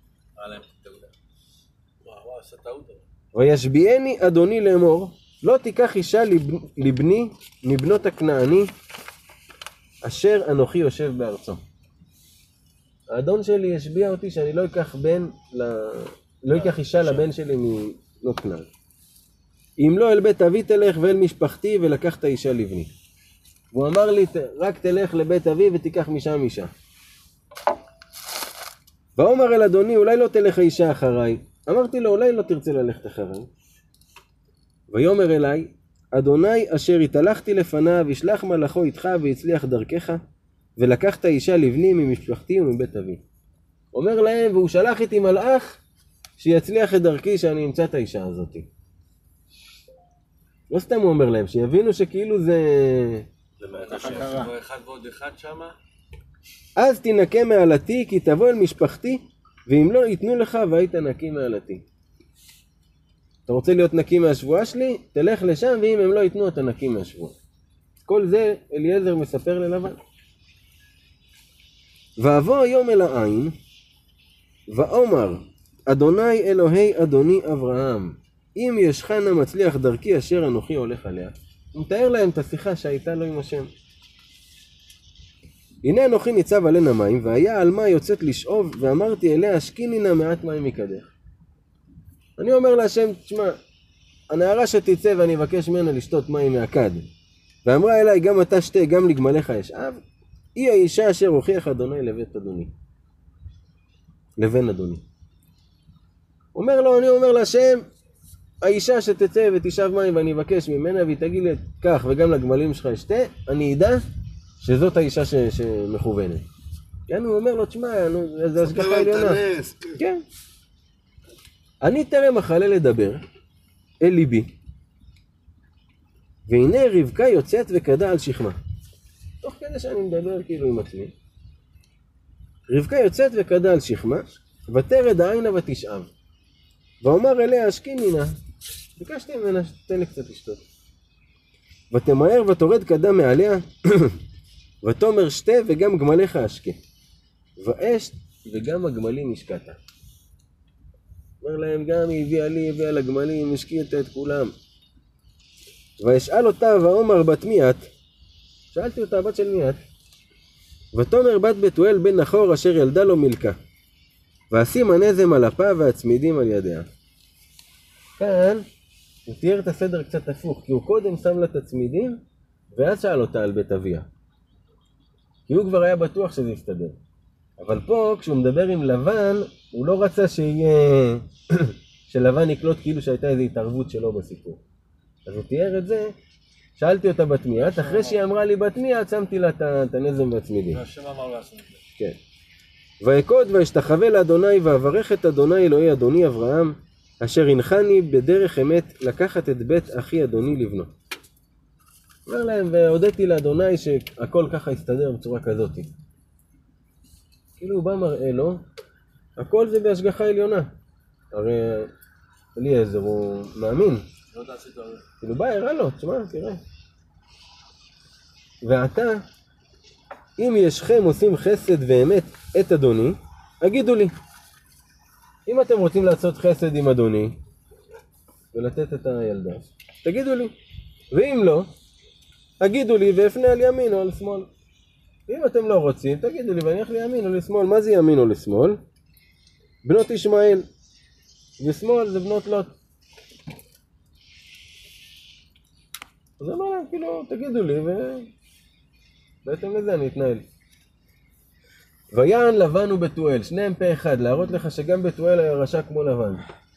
וישביעני אדוני לאמור, לא תיקח אישה לבני מבנות הכנעני אשר אנוכי יושב בארצו. האדון שלי ישביע אותי שאני לא אקח בן, לא אקח אישה לבן שלי מבנות כנען. אם לא אל בית אבי תלך ואל משפחתי ולקח את האישה לבני. והוא אמר לי רק תלך לבית אבי ותיקח משם אישה. ואומר אל אדוני, אולי לא תלך האישה אחריי. אמרתי לו, אולי לא תרצה ללכת אחריי. ויאמר אליי, אדוני אשר התהלכתי לפניו, ישלח מלאכו איתך והצליח דרכך, ולקחת אישה לבני ממשפחתי ומבית אבי. אומר להם, והוא שלח איתי מלאך שיצליח את דרכי שאני אמצא את האישה הזאת. לא סתם הוא אומר להם, שיבינו שכאילו זה... ככה קרה. אחד ועוד אחד שמה? אז תנקה מעלתי, כי תבוא אל משפחתי, ואם לא ייתנו לך והיית נקי מעלתי. אתה רוצה להיות נקי מהשבועה שלי? תלך לשם, ואם הם לא ייתנו אתה נקי מהשבועה. כל זה אליעזר מספר ללבן. ואבוא היום אל העין, ואומר, אדוני אלוהי אדוני אברהם, אם ישכנה מצליח דרכי אשר אנוכי הולך עליה. הוא מתאר להם את השיחה שהייתה לו עם השם. הנה אנוכי ניצב על עין המים, והיה על מה יוצאת לשאוב, ואמרתי אליה, השקיני נא מעט מים מקדך. אני אומר להשם, תשמע, הנערה שתצא ואני אבקש ממנה לשתות מים מהכד, ואמרה אליי, גם אתה שתה, גם לגמליך ישאב, היא האישה אשר הוכיח אדוני לבית אדוני. לבן אדוני. אומר לו, אני אומר להשם, האישה שתצא ותשאב מים ואני אבקש ממנה והיא תגיד לי כך וגם לגמלים שלך ישתה, אני אדע שזאת האישה ש... שמכוונת. כן, הוא אומר לו, תשמע, זה השגחה עליונה. כן. אני טרם אכלה לדבר אל ליבי, והנה רבקה יוצאת וקדה על שכמה. תוך כדי שאני מדבר כאילו עם עצמי. רבקה יוצאת וקדה על שכמה, ותרד העינה ותשאב. ואומר אליה, השקיני נא. ביקשתי ממנה שתתן לי קצת לשתות. ותמהר ותורד קדה מעליה, ותאמר שתה וגם גמליך אשקה. ואש וגם הגמלים השקעת. אומר להם, גם היא הביאה לי, הביאה לגמלים, השקית את כולם. ואשאל אותה, ואומר בת מי את? שאלתי אותה, בת של מי את? ותאמר בת בתואל בן נחור אשר ילדה לו מלכה. ואשים הנזם על אפה והצמידים על ידיה. כאן הוא תיאר את הסדר קצת הפוך, כי הוא קודם שם לה את הצמידים, ואז שאל אותה על בית אביה. כי הוא כבר היה בטוח שזה יסתדר. אבל פה, כשהוא מדבר עם לבן, הוא לא רצה שיהיה... שלבן יקלוט כאילו שהייתה איזו התערבות שלו בסיפור. אז הוא תיאר את זה, שאלתי אותה בת מי את, אחרי שהיא אמרה לי בת מי את, שמתי לה את הנזם והצמידים. והשם אמר לעשות את זה. כן. ויקוד ואשתחווה לאדוני ואברך את אדוני אלוהי אדוני אברהם, אשר הנחני בדרך אמת לקחת את בית אחי אדוני לבנו. אומר להם, והודיתי לאדוני שהכל ככה יסתדר בצורה כזאת. כאילו הוא בא מראה לו, הכל זה בהשגחה עליונה. הרי אליעזר הוא מאמין. לא תעשית את זה. כאילו בא, הראה לו, תשמע, תראה. ועתה, אם ישכם עושים חסד ואמת את אדוני, הגידו לי. אם אתם רוצים לעשות חסד עם אדוני, ולתת את הילדה, תגידו לי. ואם לא, הגידו לי ואפנה על ימין או על שמאל. אם אתם לא רוצים, תגידו לי ואני הולך לימין או לשמאל. מה זה ימין או לשמאל? בנות ישמעאל. ושמאל זה בנות לוט. אז אמר להם, כאילו, תגידו לי ובעצם לזה אני אתנהל. ויען לבן ובתואל, שניהם פה אחד, להראות לך שגם בתואל היה רשע כמו לבן.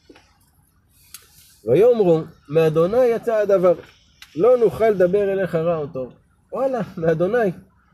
ויאמרו, מאדוני יצא הדבר, לא נוכל לדבר אליך רע או טוב. וואלה, מאדוני.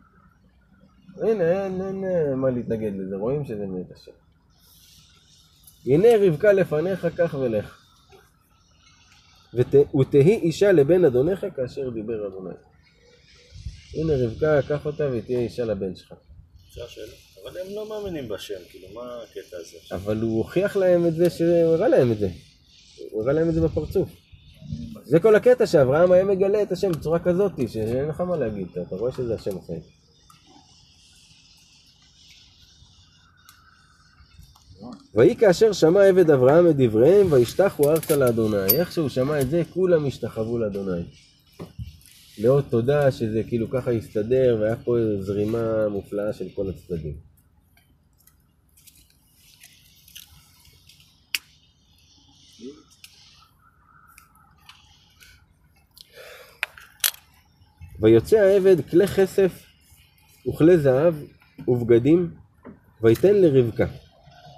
הנה, אין, אין, אין מה להתנגד לזה, רואים שזה מאת השם. הנה רבקה לפניך, כך ולך. ות, ותהי אישה לבן אדונך כאשר דיבר אדוני. הנה רבקה, קח אותה ותהיה אישה לבן שלך. זו השאלה. אבל הם לא מאמינים בשם, כאילו, מה הקטע הזה? אבל הוא הוכיח להם את זה, שהוא הראה להם את זה. הוא הראה להם את זה בפרצוף. זה כל הקטע שאברהם היה מגלה את השם בצורה כזאת, שאין לך מה להגיד, אתה רואה שזה השם עושה. ויהי כאשר שמע עבד אברהם את דבריהם, וישתחו ארצה לאדוני. איך שהוא שמע את זה, כולם השתחוו לאדוני. לאות תודה שזה כאילו ככה יסתדר, והיה פה זרימה מופלאה של כל הצדדים. ויוצא העבד כלי כסף וכלי זהב ובגדים, ויתן לרבקה.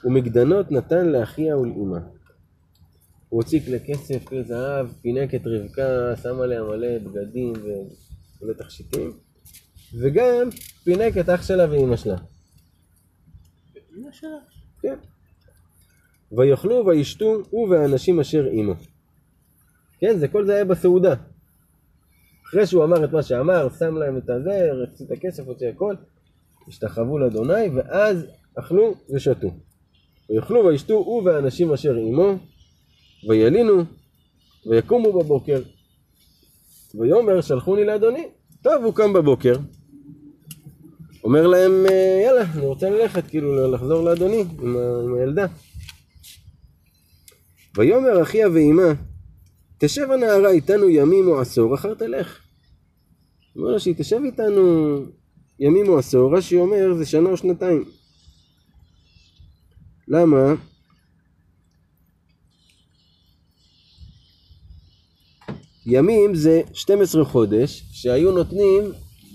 ומגדנות נתן לאחיה ולאמא. הוא הוציא כלי כסף, כלי זהב, פינק את רבקה, שם עליה מלא בגדים ומלא תכשיטים, וגם פינק את אח שלה ואמא שלה. אמא שלה? כן. ויאכלו וישתו הוא והאנשים אשר עמו. כן, זה כל זה היה בסעודה. אחרי שהוא אמר את מה שאמר, שם להם את הזה, רצו את הכסף, הוציא הכל, השתחוו לאדוני, ואז אכלו ושתו. ויאכלו וישתו הוא והאנשים אשר עמו, וילינו, ויקומו בבוקר. ויאמר שלחוני לאדוני. טוב, הוא קם בבוקר, אומר להם, יאללה, אני רוצה ללכת, כאילו לחזור לאדוני עם, ה- עם הילדה. ויאמר אחיה ואמא, תשב הנערה איתנו ימים או עשור, אחר תלך. הוא אומר לה שהיא תשב איתנו ימים או עשור, רש"י אומר זה שנה או שנתיים. למה? ימים זה שנים עשר חודש שהיו נותנים,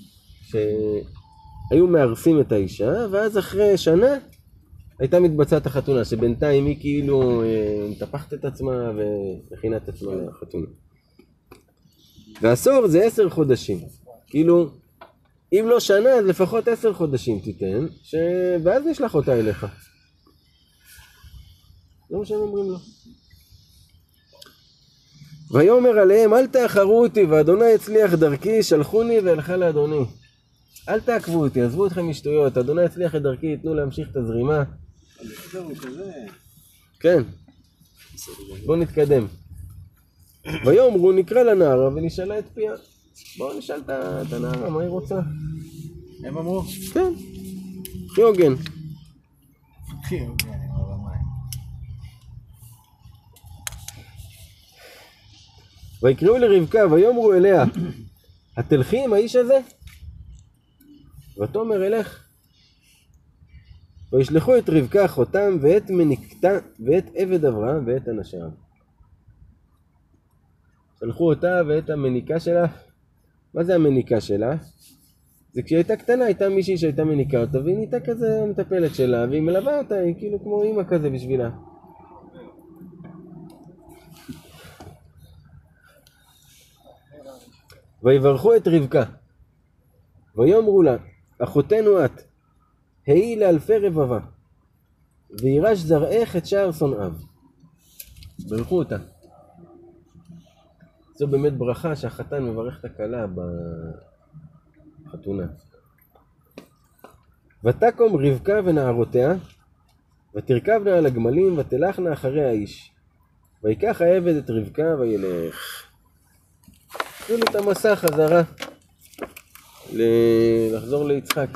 שהיו מארסים את האישה, ואז אחרי שנה הייתה מתבצעת החתונה, שבינתיים היא כאילו אה, מטפחת את עצמה ומכינה את עצמה לחתונה. ועשור זה עשר חודשים. כאילו, אם לא שנה, אז לפחות עשר חודשים תיתן, ש... ואז נשלח אותה אליך. זה מה שהם אומרים לו. ויאמר עליהם, אל תאחרו אותי, ואדוני הצליח דרכי, שלחוני ואלכה לאדוני. אל תעקבו אותי, עזבו אתכם משטויות, אדוני הצליח את דרכי, יתנו להמשיך את הזרימה. זהו, כזה. כן. בואו נתקדם. ויאמרו, נקרא לנערה ונשאלה את פיה. בואו נשאל את הנערה, מה היא רוצה? הם אמרו? כן. הכי הוגן. הכי הוגן, הם אמרו במים. ויקראו לרבקה ויאמרו אליה, התלכי עם האיש הזה? ותאמר אלך. וישלחו את רבקה אחותם ואת מניקתה ואת עבד אברהם ואת אנשיו. שלחו אותה ואת המניקה שלה. מה זה המניקה שלה? זה כשהיא הייתה קטנה, הייתה מישהי שהייתה מניקה אותה, והיא נהייתה כזה מטפלת שלה, והיא מלווה אותה, היא כאילו כמו אמא כזה בשבילה. ויברכו את רבקה, ויאמרו לה, אחותנו את, היי לאלפי רבבה, וירש זרעך את שער שונאיו. ברכו אותה. זו באמת ברכה שהחתן מברך את הכלה בחתונה. ותקום רבקה ונערותיה, ותרכבנה על הגמלים, ותלכנה אחרי האיש. ויקח העבד את רבקה וילך. התחילו את המסע חזרה לחזור ליצחק.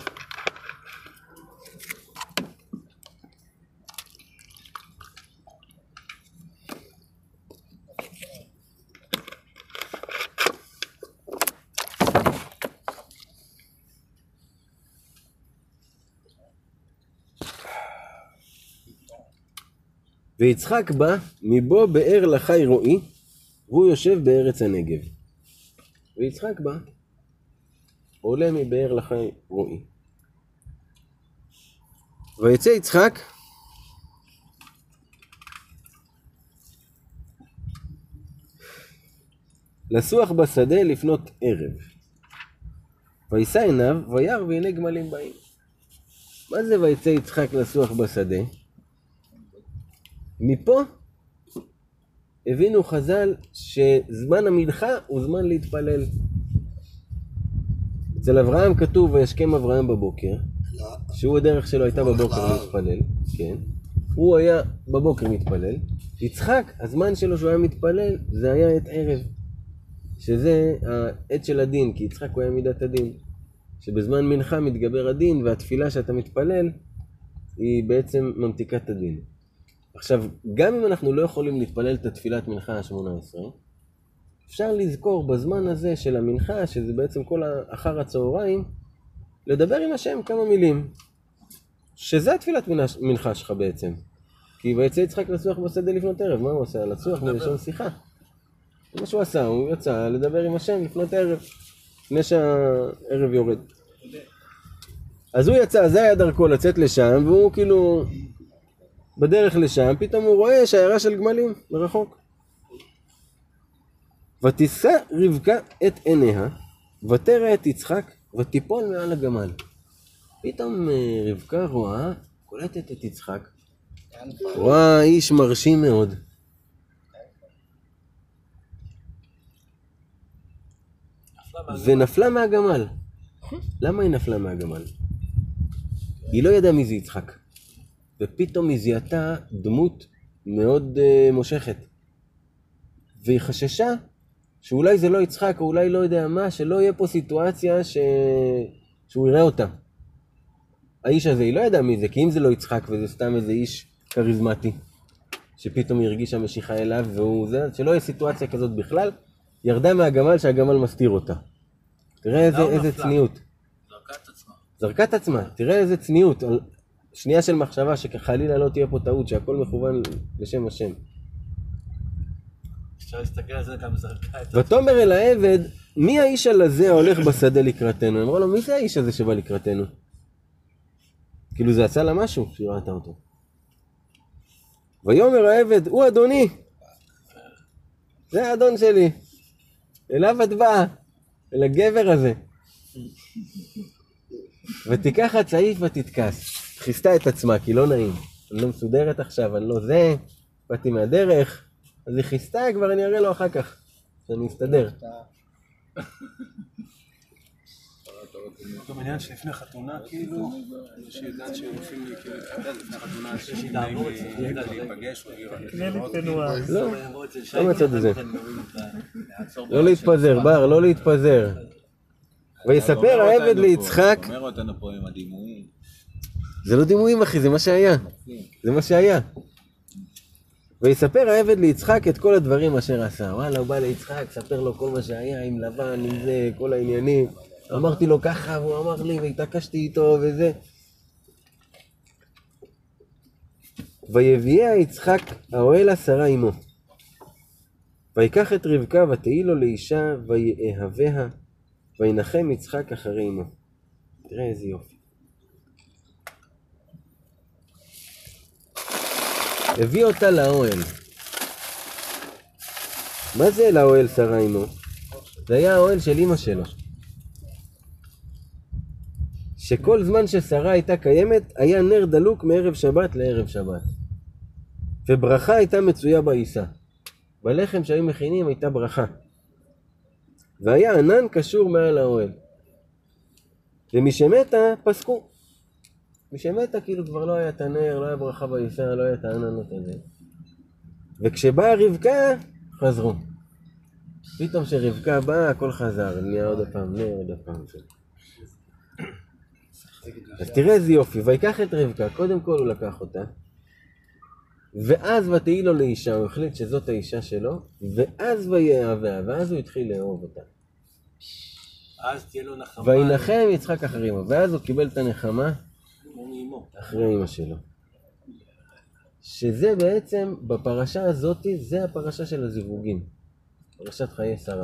ויצחק בא מבו באר לחי רועי, והוא יושב בארץ הנגב. ויצחק בא, עולה מבאר לחי רועי. ויצא יצחק, לסוח בשדה לפנות ערב. וישא עיניו, וירא והנה גמלים באים. מה זה ויצא יצחק לסוח בשדה? מפה הבינו חז"ל שזמן המנחה הוא זמן להתפלל. אצל אברהם כתוב וישכם אברהם בבוקר, שהוא הדרך שלו הייתה בבוקר להתפלל, כן. הוא היה בבוקר מתפלל. יצחק, הזמן שלו שהוא היה מתפלל, זה היה עת ערב, שזה העת של הדין, כי יצחק הוא היה מידת הדין, שבזמן מנחה מתגבר הדין, והתפילה שאתה מתפלל היא בעצם ממתיקה את הדין. עכשיו, גם אם אנחנו לא יכולים להתפלל את התפילת מנחה ה-שמונה עשרה, אפשר לזכור בזמן הזה של המנחה, שזה בעצם כל אחר הצהריים, לדבר עם השם כמה מילים, שזה התפילת מנחה שלך בעצם. כי ויצא יצחק לסוח בשדה לפנות ערב, מה הוא עושה? לסוח מלשון שיחה. זה מה שהוא עשה, הוא יצא לדבר עם השם לפנות ערב, לפני שהערב יורד. אז הוא יצא, זה היה דרכו לצאת לשם, והוא כאילו בדרך לשם, פתאום הוא רואה שיירה של גמלים מרחוק. ותישא רבקה את עיניה, ותרא את יצחק, ותיפול מעל הגמל. פתאום רבקה רואה, קולטת את יצחק, רואה איש מרשים מאוד. ונפלה מהגמל. למה היא נפלה מהגמל? היא לא ידעה מי זה יצחק. ופתאום היא זיהתה דמות מאוד uh, מושכת. והיא חששה שאולי זה לא יצחק, או אולי לא יודע מה, שלא יהיה פה סיטואציה ש... שהוא יראה אותה. האיש הזה, היא לא ידעה מי זה, כי אם זה לא יצחק וזה סתם איזה איש קריזמטי, שפתאום היא הרגישה משיכה אליו, והוא זה, שלא יהיה סיטואציה כזאת בכלל, ירדה מהגמל שהגמל מסתיר אותה. תראה איזה, איזה צניעות. זרקה את עצמה. זרקה את עצמה, תראה איזה צניעות. שנייה של מחשבה שחלילה לא תהיה פה טעות, שהכל מכוון לשם השם. אפשר להסתכל על זה גם זרקה את עצמה. ותאמר אל העבד, מי האיש הזה ההולך בשדה לקראתנו? אמרו לו, מי זה האיש הזה שבא לקראתנו? כאילו זה עשה לה משהו שהיא ראתה אותו. ויאמר העבד, הוא אדוני. זה האדון שלי. אליו את באה. אל הגבר הזה. ותיקח הצעיף ותתכס. חיסתה את עצמה, כי לא נעים. אני לא מסודרת עכשיו, אני לא זה. באתי מהדרך. אז היא חיסתה, כבר אני אראה לו אחר כך. שאני אסתדר. אותו עניין שלפני חתונה, כאילו, שיודעת שהולכים להתחתן לפני חתונה, שיש נעים להיפגש או לראות. לא, לא מצד הזה. לא להתפזר, בר, לא להתפזר. ויספר העבד ליצחק. אומר אותנו פה עם הדימויים. זה לא דימויים אחי, זה מה שהיה. זה מה שהיה. ויספר העבד ליצחק את כל הדברים אשר עשה. וואלה, הוא בא ליצחק, ספר לו כל מה שהיה עם לבן, עם זה, כל העניינים. אמרתי לו ככה, והוא אמר לי, והתעקשתי איתו וזה. ויביאה יצחק האוהל השרה עמו. ויקח את רבקה ותהי לו לאישה ויאהביה, וינחם יצחק אחרי עמו. תראה איזה יופי. הביא אותה לאוהל. מה זה לאוהל שרה עמו? זה היה האוהל של אמא שלו. שכל זמן ששרה הייתה קיימת, היה נר דלוק מערב שבת לערב שבת. וברכה הייתה מצויה בעיסה. בלחם שהיו מכינים הייתה ברכה. והיה ענן קשור מעל האוהל. ומשמתה פסקו. משמתה כאילו כבר לא היה את הנר, לא היה ברכה בעיסה, לא היה את העננות הזה. וכשבאה רבקה, חזרו. פתאום שרבקה באה, הכל חזר. נהיה עוד הפעם נר, עוד הפעם זה. אז תראה איזה יופי, ויקח את רבקה, קודם כל הוא לקח אותה, ואז ותהי לו לאישה, הוא החליט שזאת האישה שלו, ואז ויאהביה, ואז הוא התחיל לאהוב אותה. אז תהיה לו נחמה. וינחם יצחק אחרי אמו, ואז הוא קיבל את הנחמה אחרי אמא שלו. שזה בעצם, בפרשה הזאת, זה הפרשה של הזיווגים. פרשת חיי שרה.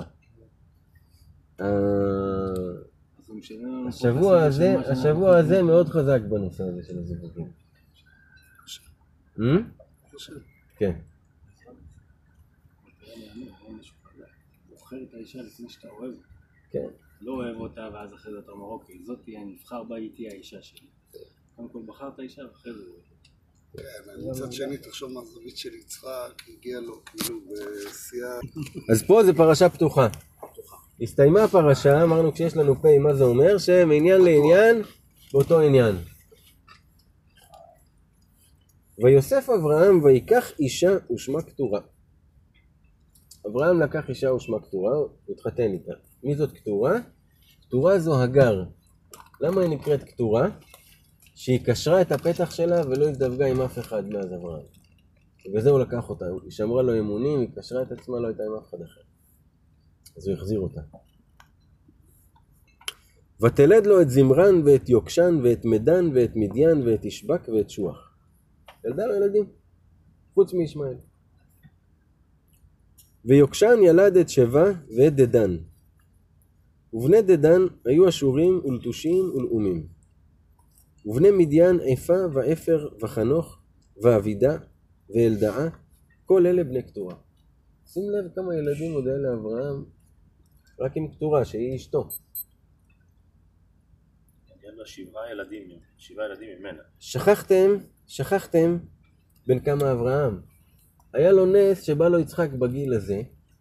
השבוע הזה, השבוע הזה מאוד חזק בנושא הזה של הזיווגים. כן. בוחר את האישה לפני שאתה אוהב אותה. כן. לא אוהב אותה ואז אחרי זה אתה אומר, אוקיי, זאת תהיה, אני אבחר בה, היא תהיה האישה שלי. קודם כל בחרת האישה ואחרי זה... כן, מצד שני תחשוב מהזווית של יצחק, הגיע לו כאילו בשיאה. אז פה זה פרשה פתוחה. הסתיימה הפרשה, אמרנו כשיש לנו פה, מה זה אומר? שמעניין לעניין באותו עניין. ויוסף אברהם ויקח אישה ושמה כתורה. אברהם לקח אישה ושמה כתורה, הוא התחתן איתה. מי זאת כתורה? כתורה זו הגר. למה היא נקראת כתורה? שהיא קשרה את הפתח שלה ולא הזדווגה עם אף אחד מאז אברהם. וזה הוא לקח אותה, היא שמרה לו אמונים, היא קשרה את עצמה, לא הייתה עם אף אחד אחר. אז הוא החזיר אותה. ותלד לו את זמרן ואת יוקשן ואת מדן ואת מדיין ואת ישבק ואת שוח. ילדה לו ילדים, חוץ מישמעאל. ויוקשן ילד את שבה ואת דדן. ובני דדן היו אשורים ולטושים ולאומים. ובני מדיין עפה ואפר וחנוך ואבידה ואלדעה, כל אלה בני קטורה. שים לב כמה ילדים עוד היה לאברהם, רק עם קטורה, שהיא אשתו. היה לו שבעה ילדים, שבעה ילדים ממנה. שכחתם, שכחתם בין כמה אברהם. היה לו נס שבא לו יצחק בגיל הזה,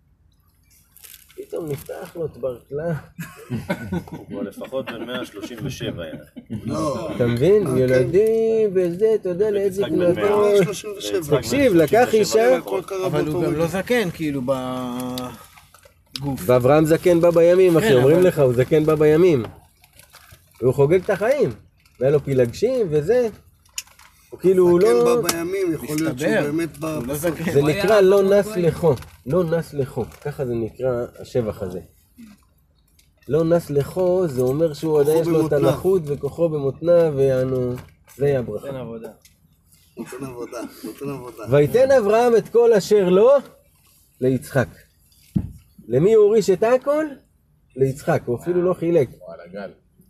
פתאום נפתח לו תברקלה. הוא כבר לפחות ב-מאה שלושים ושבע היה. לא, אתה מבין? ילדים וזה, אתה יודע לאיזה יצחק גנתו. מאה שלושים ושבע. תקשיב, לקח אישה, הכל קרה אבל הוא באותו גם רגע. לא זקן, כאילו, בגוף. ואברהם זקן בא בימים, אחי, כן, אומרים אבל- לך, הוא זקן בא בימים. והוא חוגג את החיים. והיה לו פילגשים וזה. הוא כאילו, הוא זקן לא... בא בימים, יכול להיות שהוא מסתבר. באמת בא... הוא לא זקן. זה נקרא לא נס לכו. לא נס לכו. ככה זה נקרא השבח הזה. לא נס לכו, זה אומר שהוא עדיין יש לו את במותניו. הלחות וכוחו במותניו, ויענו... זה יהיה הברכה. אין עבודה. נותן עבודה, נותן עבודה. ויתן אברהם את כל אשר לו ליצחק. למי הוא הוריש את הכל? ליצחק, הוא אפילו לא חילק. וואלה, גל.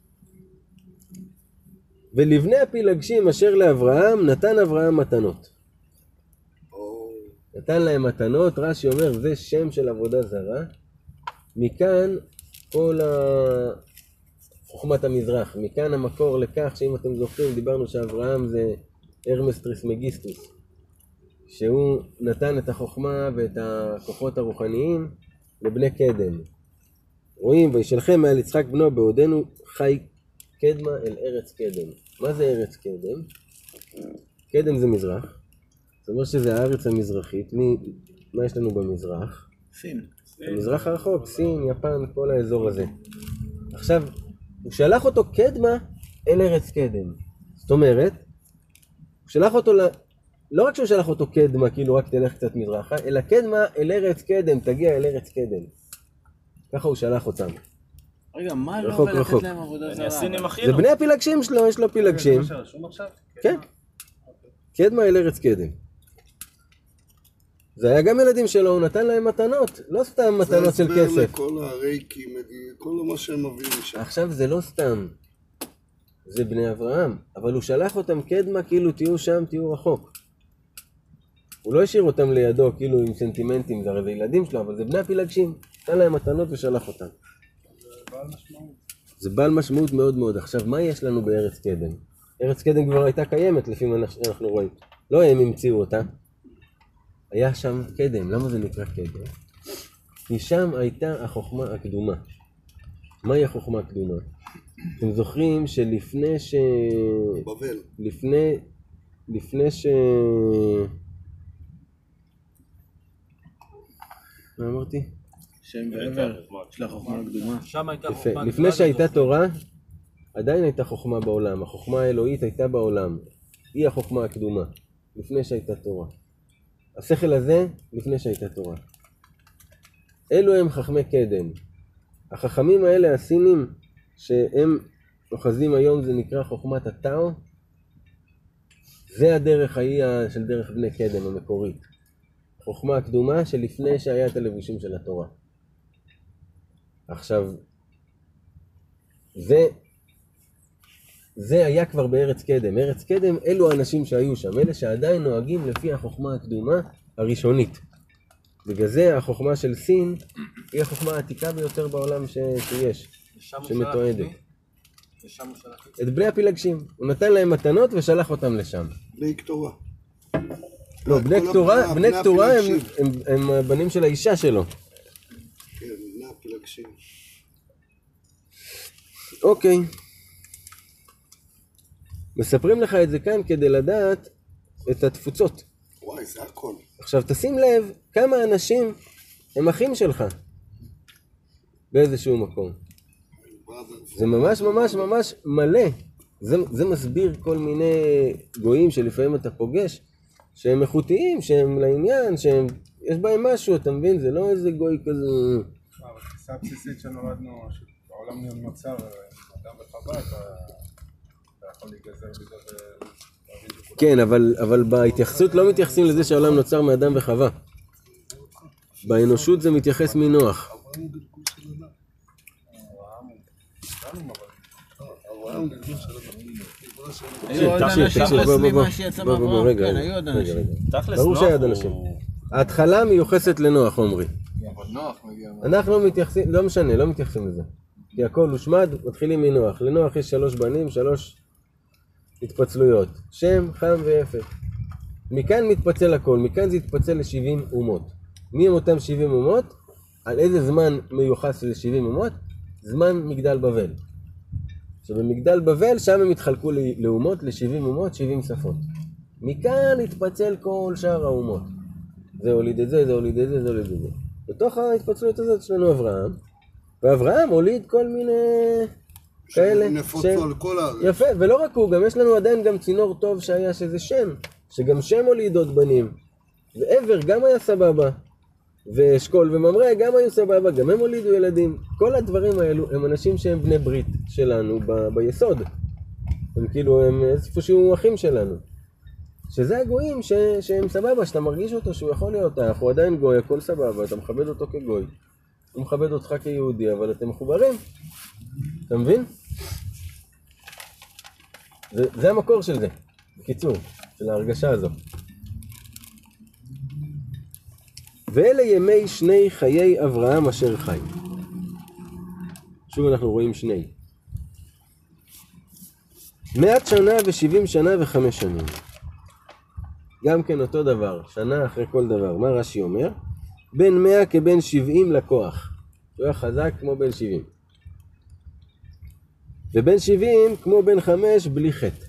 ולבני הפילגשים אשר לאברהם נתן אברהם מתנות. או, נתן להם מתנות, רש"י אומר זה שם של עבודה זרה. מכאן כל ה... חוכמת המזרח, מכאן המקור לכך שאם אתם זוכרים דיברנו שאברהם זה הרמס טריסמגיסטוס, שהוא נתן את החוכמה ואת הכוחות הרוחניים לבני קדם. רואים וישלחם מעל יצחק בנו בעודנו חי קדמה אל ארץ קדם. מה זה ארץ קדם? קדם זה מזרח, זאת אומרת שזה הארץ המזרחית. מי... מה יש לנו במזרח? סין. במזרח הרחוק, סין, יפן, כל האזור הזה. עכשיו, הוא שלח אותו קדמה אל ארץ קדם. זאת אומרת, הוא שלח אותו, ל... לא רק שהוא שלח אותו קדמה, כאילו רק תלך קצת מזרחה, אלא קדמה אל ארץ קדם, תגיע אל ארץ קדם. ככה הוא שלח אותם. רגע, מה לא רחוק, ולתת רחוק. להם עבודה אני זרה? הסינים זה אחינו. בני הפילגשים שלו, יש לו פילגשים. זה מה שרשום עכשיו? כן. קדמה אל ארץ קדם. זה היה גם ילדים שלו, הוא נתן להם מתנות, לא סתם מתנות של זה הסבר כסף. לכל הרייקים, כל מה שהם מביאים משם. עכשיו זה לא סתם, זה בני אברהם, אבל הוא שלח אותם קדמה כאילו תהיו שם, תהיו רחוק. הוא לא השאיר אותם לידו כאילו עם סנטימנטים, זה הרי זה ילדים שלו, אבל זה בני הפילגשים, נתן להם מתנות ושלח אותם. זה בעל משמעות מאוד מאוד. עכשיו, מה יש לנו בארץ קדם? ארץ קדם כבר הייתה קיימת לפי מה שאנחנו רואים. לא הם המציאו אותה. היה שם קדם. למה זה נקרא קדם? כי שם הייתה החוכמה הקדומה. מהי החוכמה הקדומה? אתם זוכרים שלפני ש... בבל. לפני... לפני ש... מה אמרתי? שם ועבר, יש לה חוכמה קדומה. שם הייתה יפה. חוכמה. לפני שהייתה תורה, עדיין הייתה חוכמה בעולם. החוכמה האלוהית הייתה בעולם. היא החוכמה הקדומה. לפני שהייתה תורה. השכל הזה, לפני שהייתה תורה. אלו הם חכמי קדם. החכמים האלה, הסינים, שהם אוחזים היום, זה נקרא חוכמת הטאו. זה הדרך ההיא של דרך בני קדם המקורית. חוכמה הקדומה שלפני שהיה את הלבושים של התורה. עכשיו, זה, זה היה כבר בארץ קדם. ארץ קדם, אלו האנשים שהיו שם, אלה שעדיין נוהגים לפי החוכמה הקדומה הראשונית. בגלל זה החוכמה של סין היא החוכמה העתיקה ביותר בעולם ש... שיש, ושם הוא שלח שמתועדת. אותי. ושם הוא שלח אותי. את בני הפילגשים. הוא נתן להם מתנות ושלח אותם לשם. בני קטורה. לא, בני כל קטורה, הבני- בני בני קטורה הם, הפילגשים. הם, הם הבנים של האישה שלו. כן, בני הפילגשים. אוקיי. מספרים לך את זה כאן כדי לדעת את התפוצות. וואי, זה הכל. עכשיו תשים לב כמה אנשים הם אחים שלך באיזשהו מקום. זה ממש ממש ממש מלא. זה, זה מסביר כל מיני גויים שלפעמים אתה פוגש שהם איכותיים, שהם לעניין, שהם, יש בהם משהו, אתה מבין? זה לא איזה גוי כזה. אבל התפיסה הבסיסית שנולדנו, שהעולם נוצר, אדם וחווה, אתה אתה יכול להיגזר בזה ולהבין שכולם... כן, אבל, אבל בהתייחסות לא מתייחסים לזה שהעולם נוצר מאדם וחווה. באנושות זה מתייחס מנוח. אברהם הוא גלגול של אדם. אברהם הוא... אבל אברהם גלגול של התקווה של... היו עוד תקשיב, אנשים תקשיב, בוא, בוא, חוץ בוא. ממה שיצא בוא, בוא, מאברהם. רגע, כן, רגע, היו עוד רגע, אנשים. רגע. תכלס, ברור נוח שהיד הוא- אנשים. ההתחלה מיוחסת לנוח, עומרי. אבל נוח מגיע. אנחנו לא מתייחסים, לא משנה, לא מתייחסים לזה. כי הכל הושמד, מתחילים מנוח. לנוח יש שלוש בנים, שלוש התפצלויות. שם, חם ויפת. מכאן מתפצל הכל, מכאן זה יתפצל ל-שבעים אומות. מי הם אותם שבעים אומות? על איזה זמן מיוחס ל-שבעים אומות? זמן מגדל בבל. שבמגדל בבל שם הם התחלקו ל- לאומות, ל-שבעים אומות, שבעים שפות. מכאן התפצל כל שאר האומות. זה הוליד את זה, זה הוליד את זה, זה הוליד את זה. בתוך ההתפצלות הזאת יש לנו אברהם, ואברהם הוליד כל מיני כאלה. נפוצו על כל הארץ. יפה, ולא רק הוא, גם יש לנו עדיין גם צינור טוב שהיה שזה שם, שגם שם הוליד עוד בנים. ועבר גם היה סבבה, ואשכול וממרא גם היו סבבה, גם הם הולידו ילדים. כל הדברים האלו הם אנשים שהם בני ברית שלנו ב- ביסוד. הם כאילו, הם איפשהו אחים שלנו. שזה הגויים ש- שהם סבבה, שאתה מרגיש אותו שהוא יכול להיות, אנחנו עדיין גוי, הכל סבבה, אתה מכבד אותו כגוי. הוא מכבד אותך כיהודי, אבל אתם מחוברים. אתה מבין? זה, זה המקור של זה, בקיצור, של ההרגשה הזו. ואלה ימי שני חיי אברהם אשר חי. שוב אנחנו רואים שני. מאת שנה ושבעים שנה וחמש שנים. גם כן אותו דבר, שנה אחרי כל דבר. מה רש"י אומר? בין מאה כבין שבעים לכוח. הוא היה חזק כמו בין שבעים. ובין שבעים כמו בין חמש בלי חטא.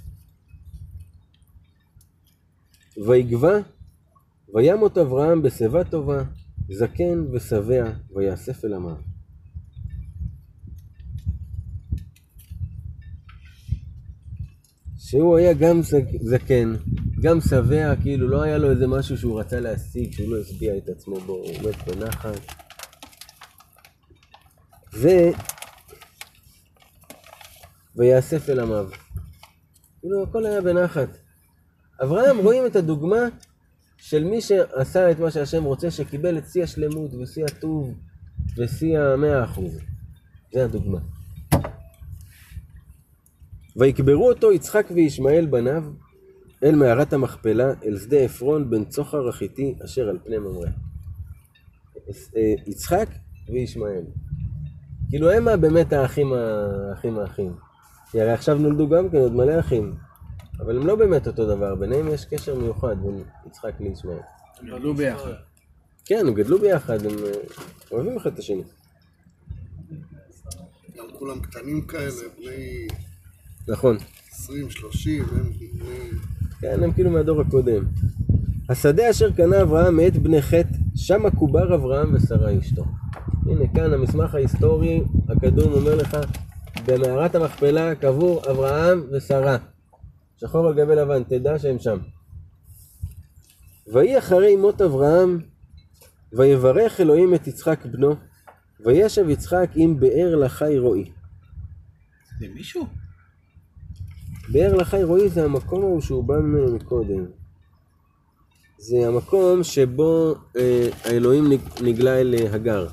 ויגבה, וימות אברהם בשיבה טובה, זקן ושבע, ויאסף אל עמיו. שהוא היה גם זקן, גם שבע, כאילו לא היה לו איזה משהו שהוא רצה להשיג, שהוא לא השביע את עצמו בו, הוא מת בנחת. ו... ויאסף אל עמיו. כאילו הכל היה בנחת. אברהם רואים את הדוגמה של מי שעשה את מה שהשם רוצה, שקיבל את שיא השלמות ושיא הטוב ושיא המאה אחוז. זה הדוגמה. ויקברו אותו יצחק וישמעאל בניו אל מערת המכפלה, אל שדה עפרון בן צוחר החיתי אשר על פני ממרא. יצחק וישמעאל. כאילו הם באמת האחים האחים האחים. כי הרי עכשיו נולדו גם כן עוד מלא אחים. אבל הם לא באמת אותו דבר, ביניהם יש קשר מיוחד בין יצחק לישמעאל. הם גדלו ביחד. כן, הם גדלו ביחד, הם אוהבים אחד את השני. גם כולם קטנים כאלה, בני נכון. עשרים שלושים, הם בני... כן, הם כאילו מהדור הקודם. השדה אשר קנה אברהם מאת בני חטא, שם קובר אברהם ושרה אשתו. הנה כאן המסמך ההיסטורי הקדום אומר לך, במערת המכפלה קבור אברהם ושרה. שחור על גבי לבן, תדע שהם שם. ויהי אחרי מות אברהם, ויברך אלוהים את יצחק בנו, וישב יצחק עם באר לחי רועי. זה מישהו? באר לחי רועי זה המקום ההוא שהוא בא ממנו מקודם. זה המקום שבו אה, האלוהים נגלה אל הגר.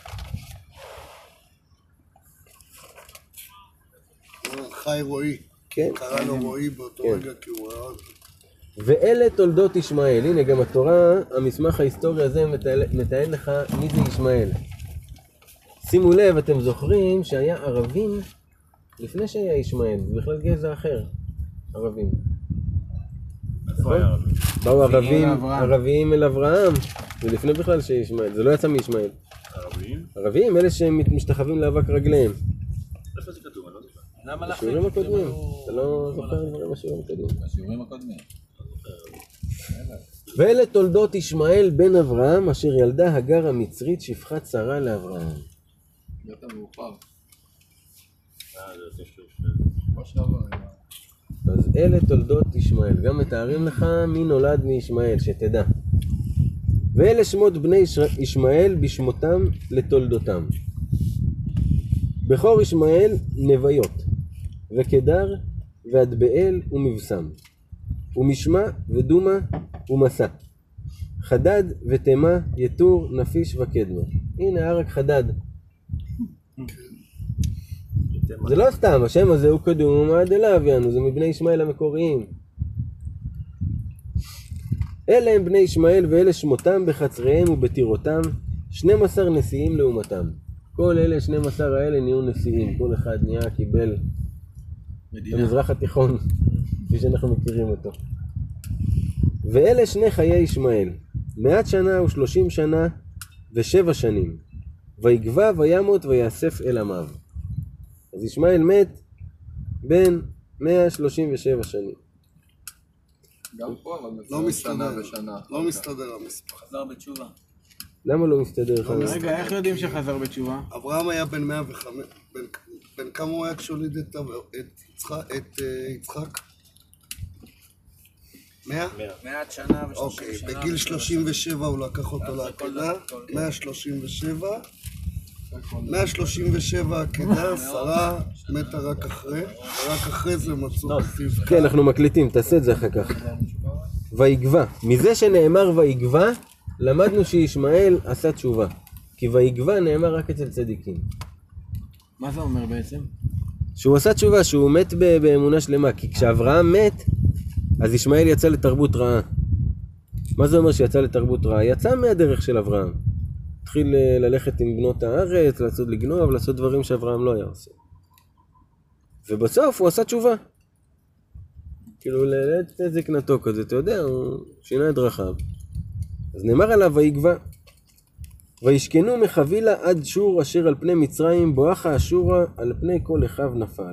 חי רועי. כן. קרא לו רועי באותו כן. רגע כי הוא ראה... ואלה תולדות ישמעאל. הנה גם התורה, המסמך ההיסטורי הזה מתאר לך מי זה ישמעאל. שימו לב, אתם זוכרים שהיה ערבים לפני שהיה ישמעאל, זה בכלל גזע אחר, ערבים. נכון? באו ערבים, ערבים אל אברהם, ולפני בכלל שישמעאל, זה לא יצא מישמעאל. ערבים? ערבים, אלה שמשתחווים לאבק רגליהם. איפה זה כתוב? אני לא זוכר. למה לך? בשיעורים הקודמים, אתה לא זוכר דברים בשיעורים הקודמים. בשיעורים הקודמים. ואלה תולדות ישמעאל בן אברהם, אשר ילדה הגר המצרית שפחת שרה לאברהם. יותר מאוחר. אה, זה יותר שוב. מה שעבר. אז אלה תולדות ישמעאל, גם מתארים לך מי נולד מישמעאל, שתדע. ואלה שמות בני ישמעאל בשמותם לתולדותם. בכור ישמעאל נביות, וקדר ואדבאל ומבשם, ומשמע ודומה ומסע, חדד ותמה, יתור, נפיש וקדמה. הנה הרק חדד. זה לא סתם, השם הזה הוא קדום ומעד אליו, יענו, זה מבני ישמעאל המקוריים. אלה הם בני ישמעאל ואלה שמותם בחצריהם ובטירותם, שנים עשר נשיאים לעומתם. כל אלה, שנים עשר האלה נהיו נשיאים, כל אחד נהיה קיבל במזרח התיכון, כפי שאנחנו מכירים אותו. ואלה שני חיי ישמעאל, מעט שנה ושלושים שנה ושבע שנים, ויגבע וימות ויאסף אל עמיו. אז ישמעאל מת בין מאה שלושים ושבע שנים. גם פה, אבל לא מסתדר, שנה ושנה. לא מסתדר המספר. חזר בתשובה. למה לא מסתדר לך? רגע, איך יודעים שחזר בתשובה? אברהם היה בן מאה וחמש, בן, בן כמה הוא היה כשהוליד את, את, יצחק, את uh, יצחק? מאה? מעט שנה ושלושים אוקיי, שנה. בגיל שלושים ושבע הוא לקח אותו לעקדה, מאה שלושים ושבע, מאה שלושים ושבע עקדה, שרה מתה רק אחרי, ורק אחרי זה מצאו רבקה. כן, אנחנו מקליטים, תעשה את זה אחר כך. ויגבע. מזה שנאמר ויגבע, למדנו שישמעאל עשה תשובה. כי ויגבע נאמר רק אצל צדיקים. מה זה אומר בעצם? שהוא עשה תשובה, שהוא מת ב- באמונה שלמה. כי כשאברהם מת, אז ישמעאל יצא לתרבות רעה. מה זה אומר שיצא לתרבות רעה? יצא מהדרך של אברהם. התחיל ל- ללכת עם בנות הארץ, לעשות לגנוב, לעשות דברים שאברהם לא היה עושה. ובסוף הוא עשה תשובה. כאילו לעת זקנתו כזה, אתה יודע, הוא שינה את דרכיו. אז נאמר עליו ויגבע. וישכנו מחבילה עד שור אשר על פני מצרים, בואכה אשורה על פני כל אחיו נפל.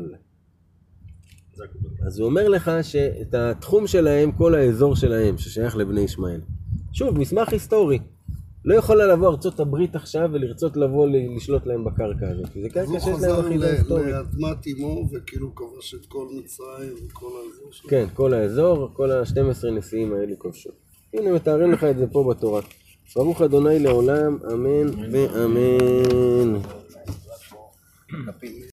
אז הוא אומר לך שאת התחום שלהם, כל האזור שלהם, ששייך לבני ישמעאל. שוב, מסמך היסטורי. לא יכולה לבוא ארצות הברית עכשיו ולרצות לבוא לשלוט להם בקרקע הזאת. זה אז קרקע הוא שיש להם חזר אחיזה היסטורית. לאדמת אמו וכאילו כבש את כל מצרים וכל האזור שלו. כן, כל האזור, כל ה-שנים עשר נשיאים האלה כובשו. הנה מתארים לך את זה פה בתורה. ברוך אדוני לעולם, אמן ואמן.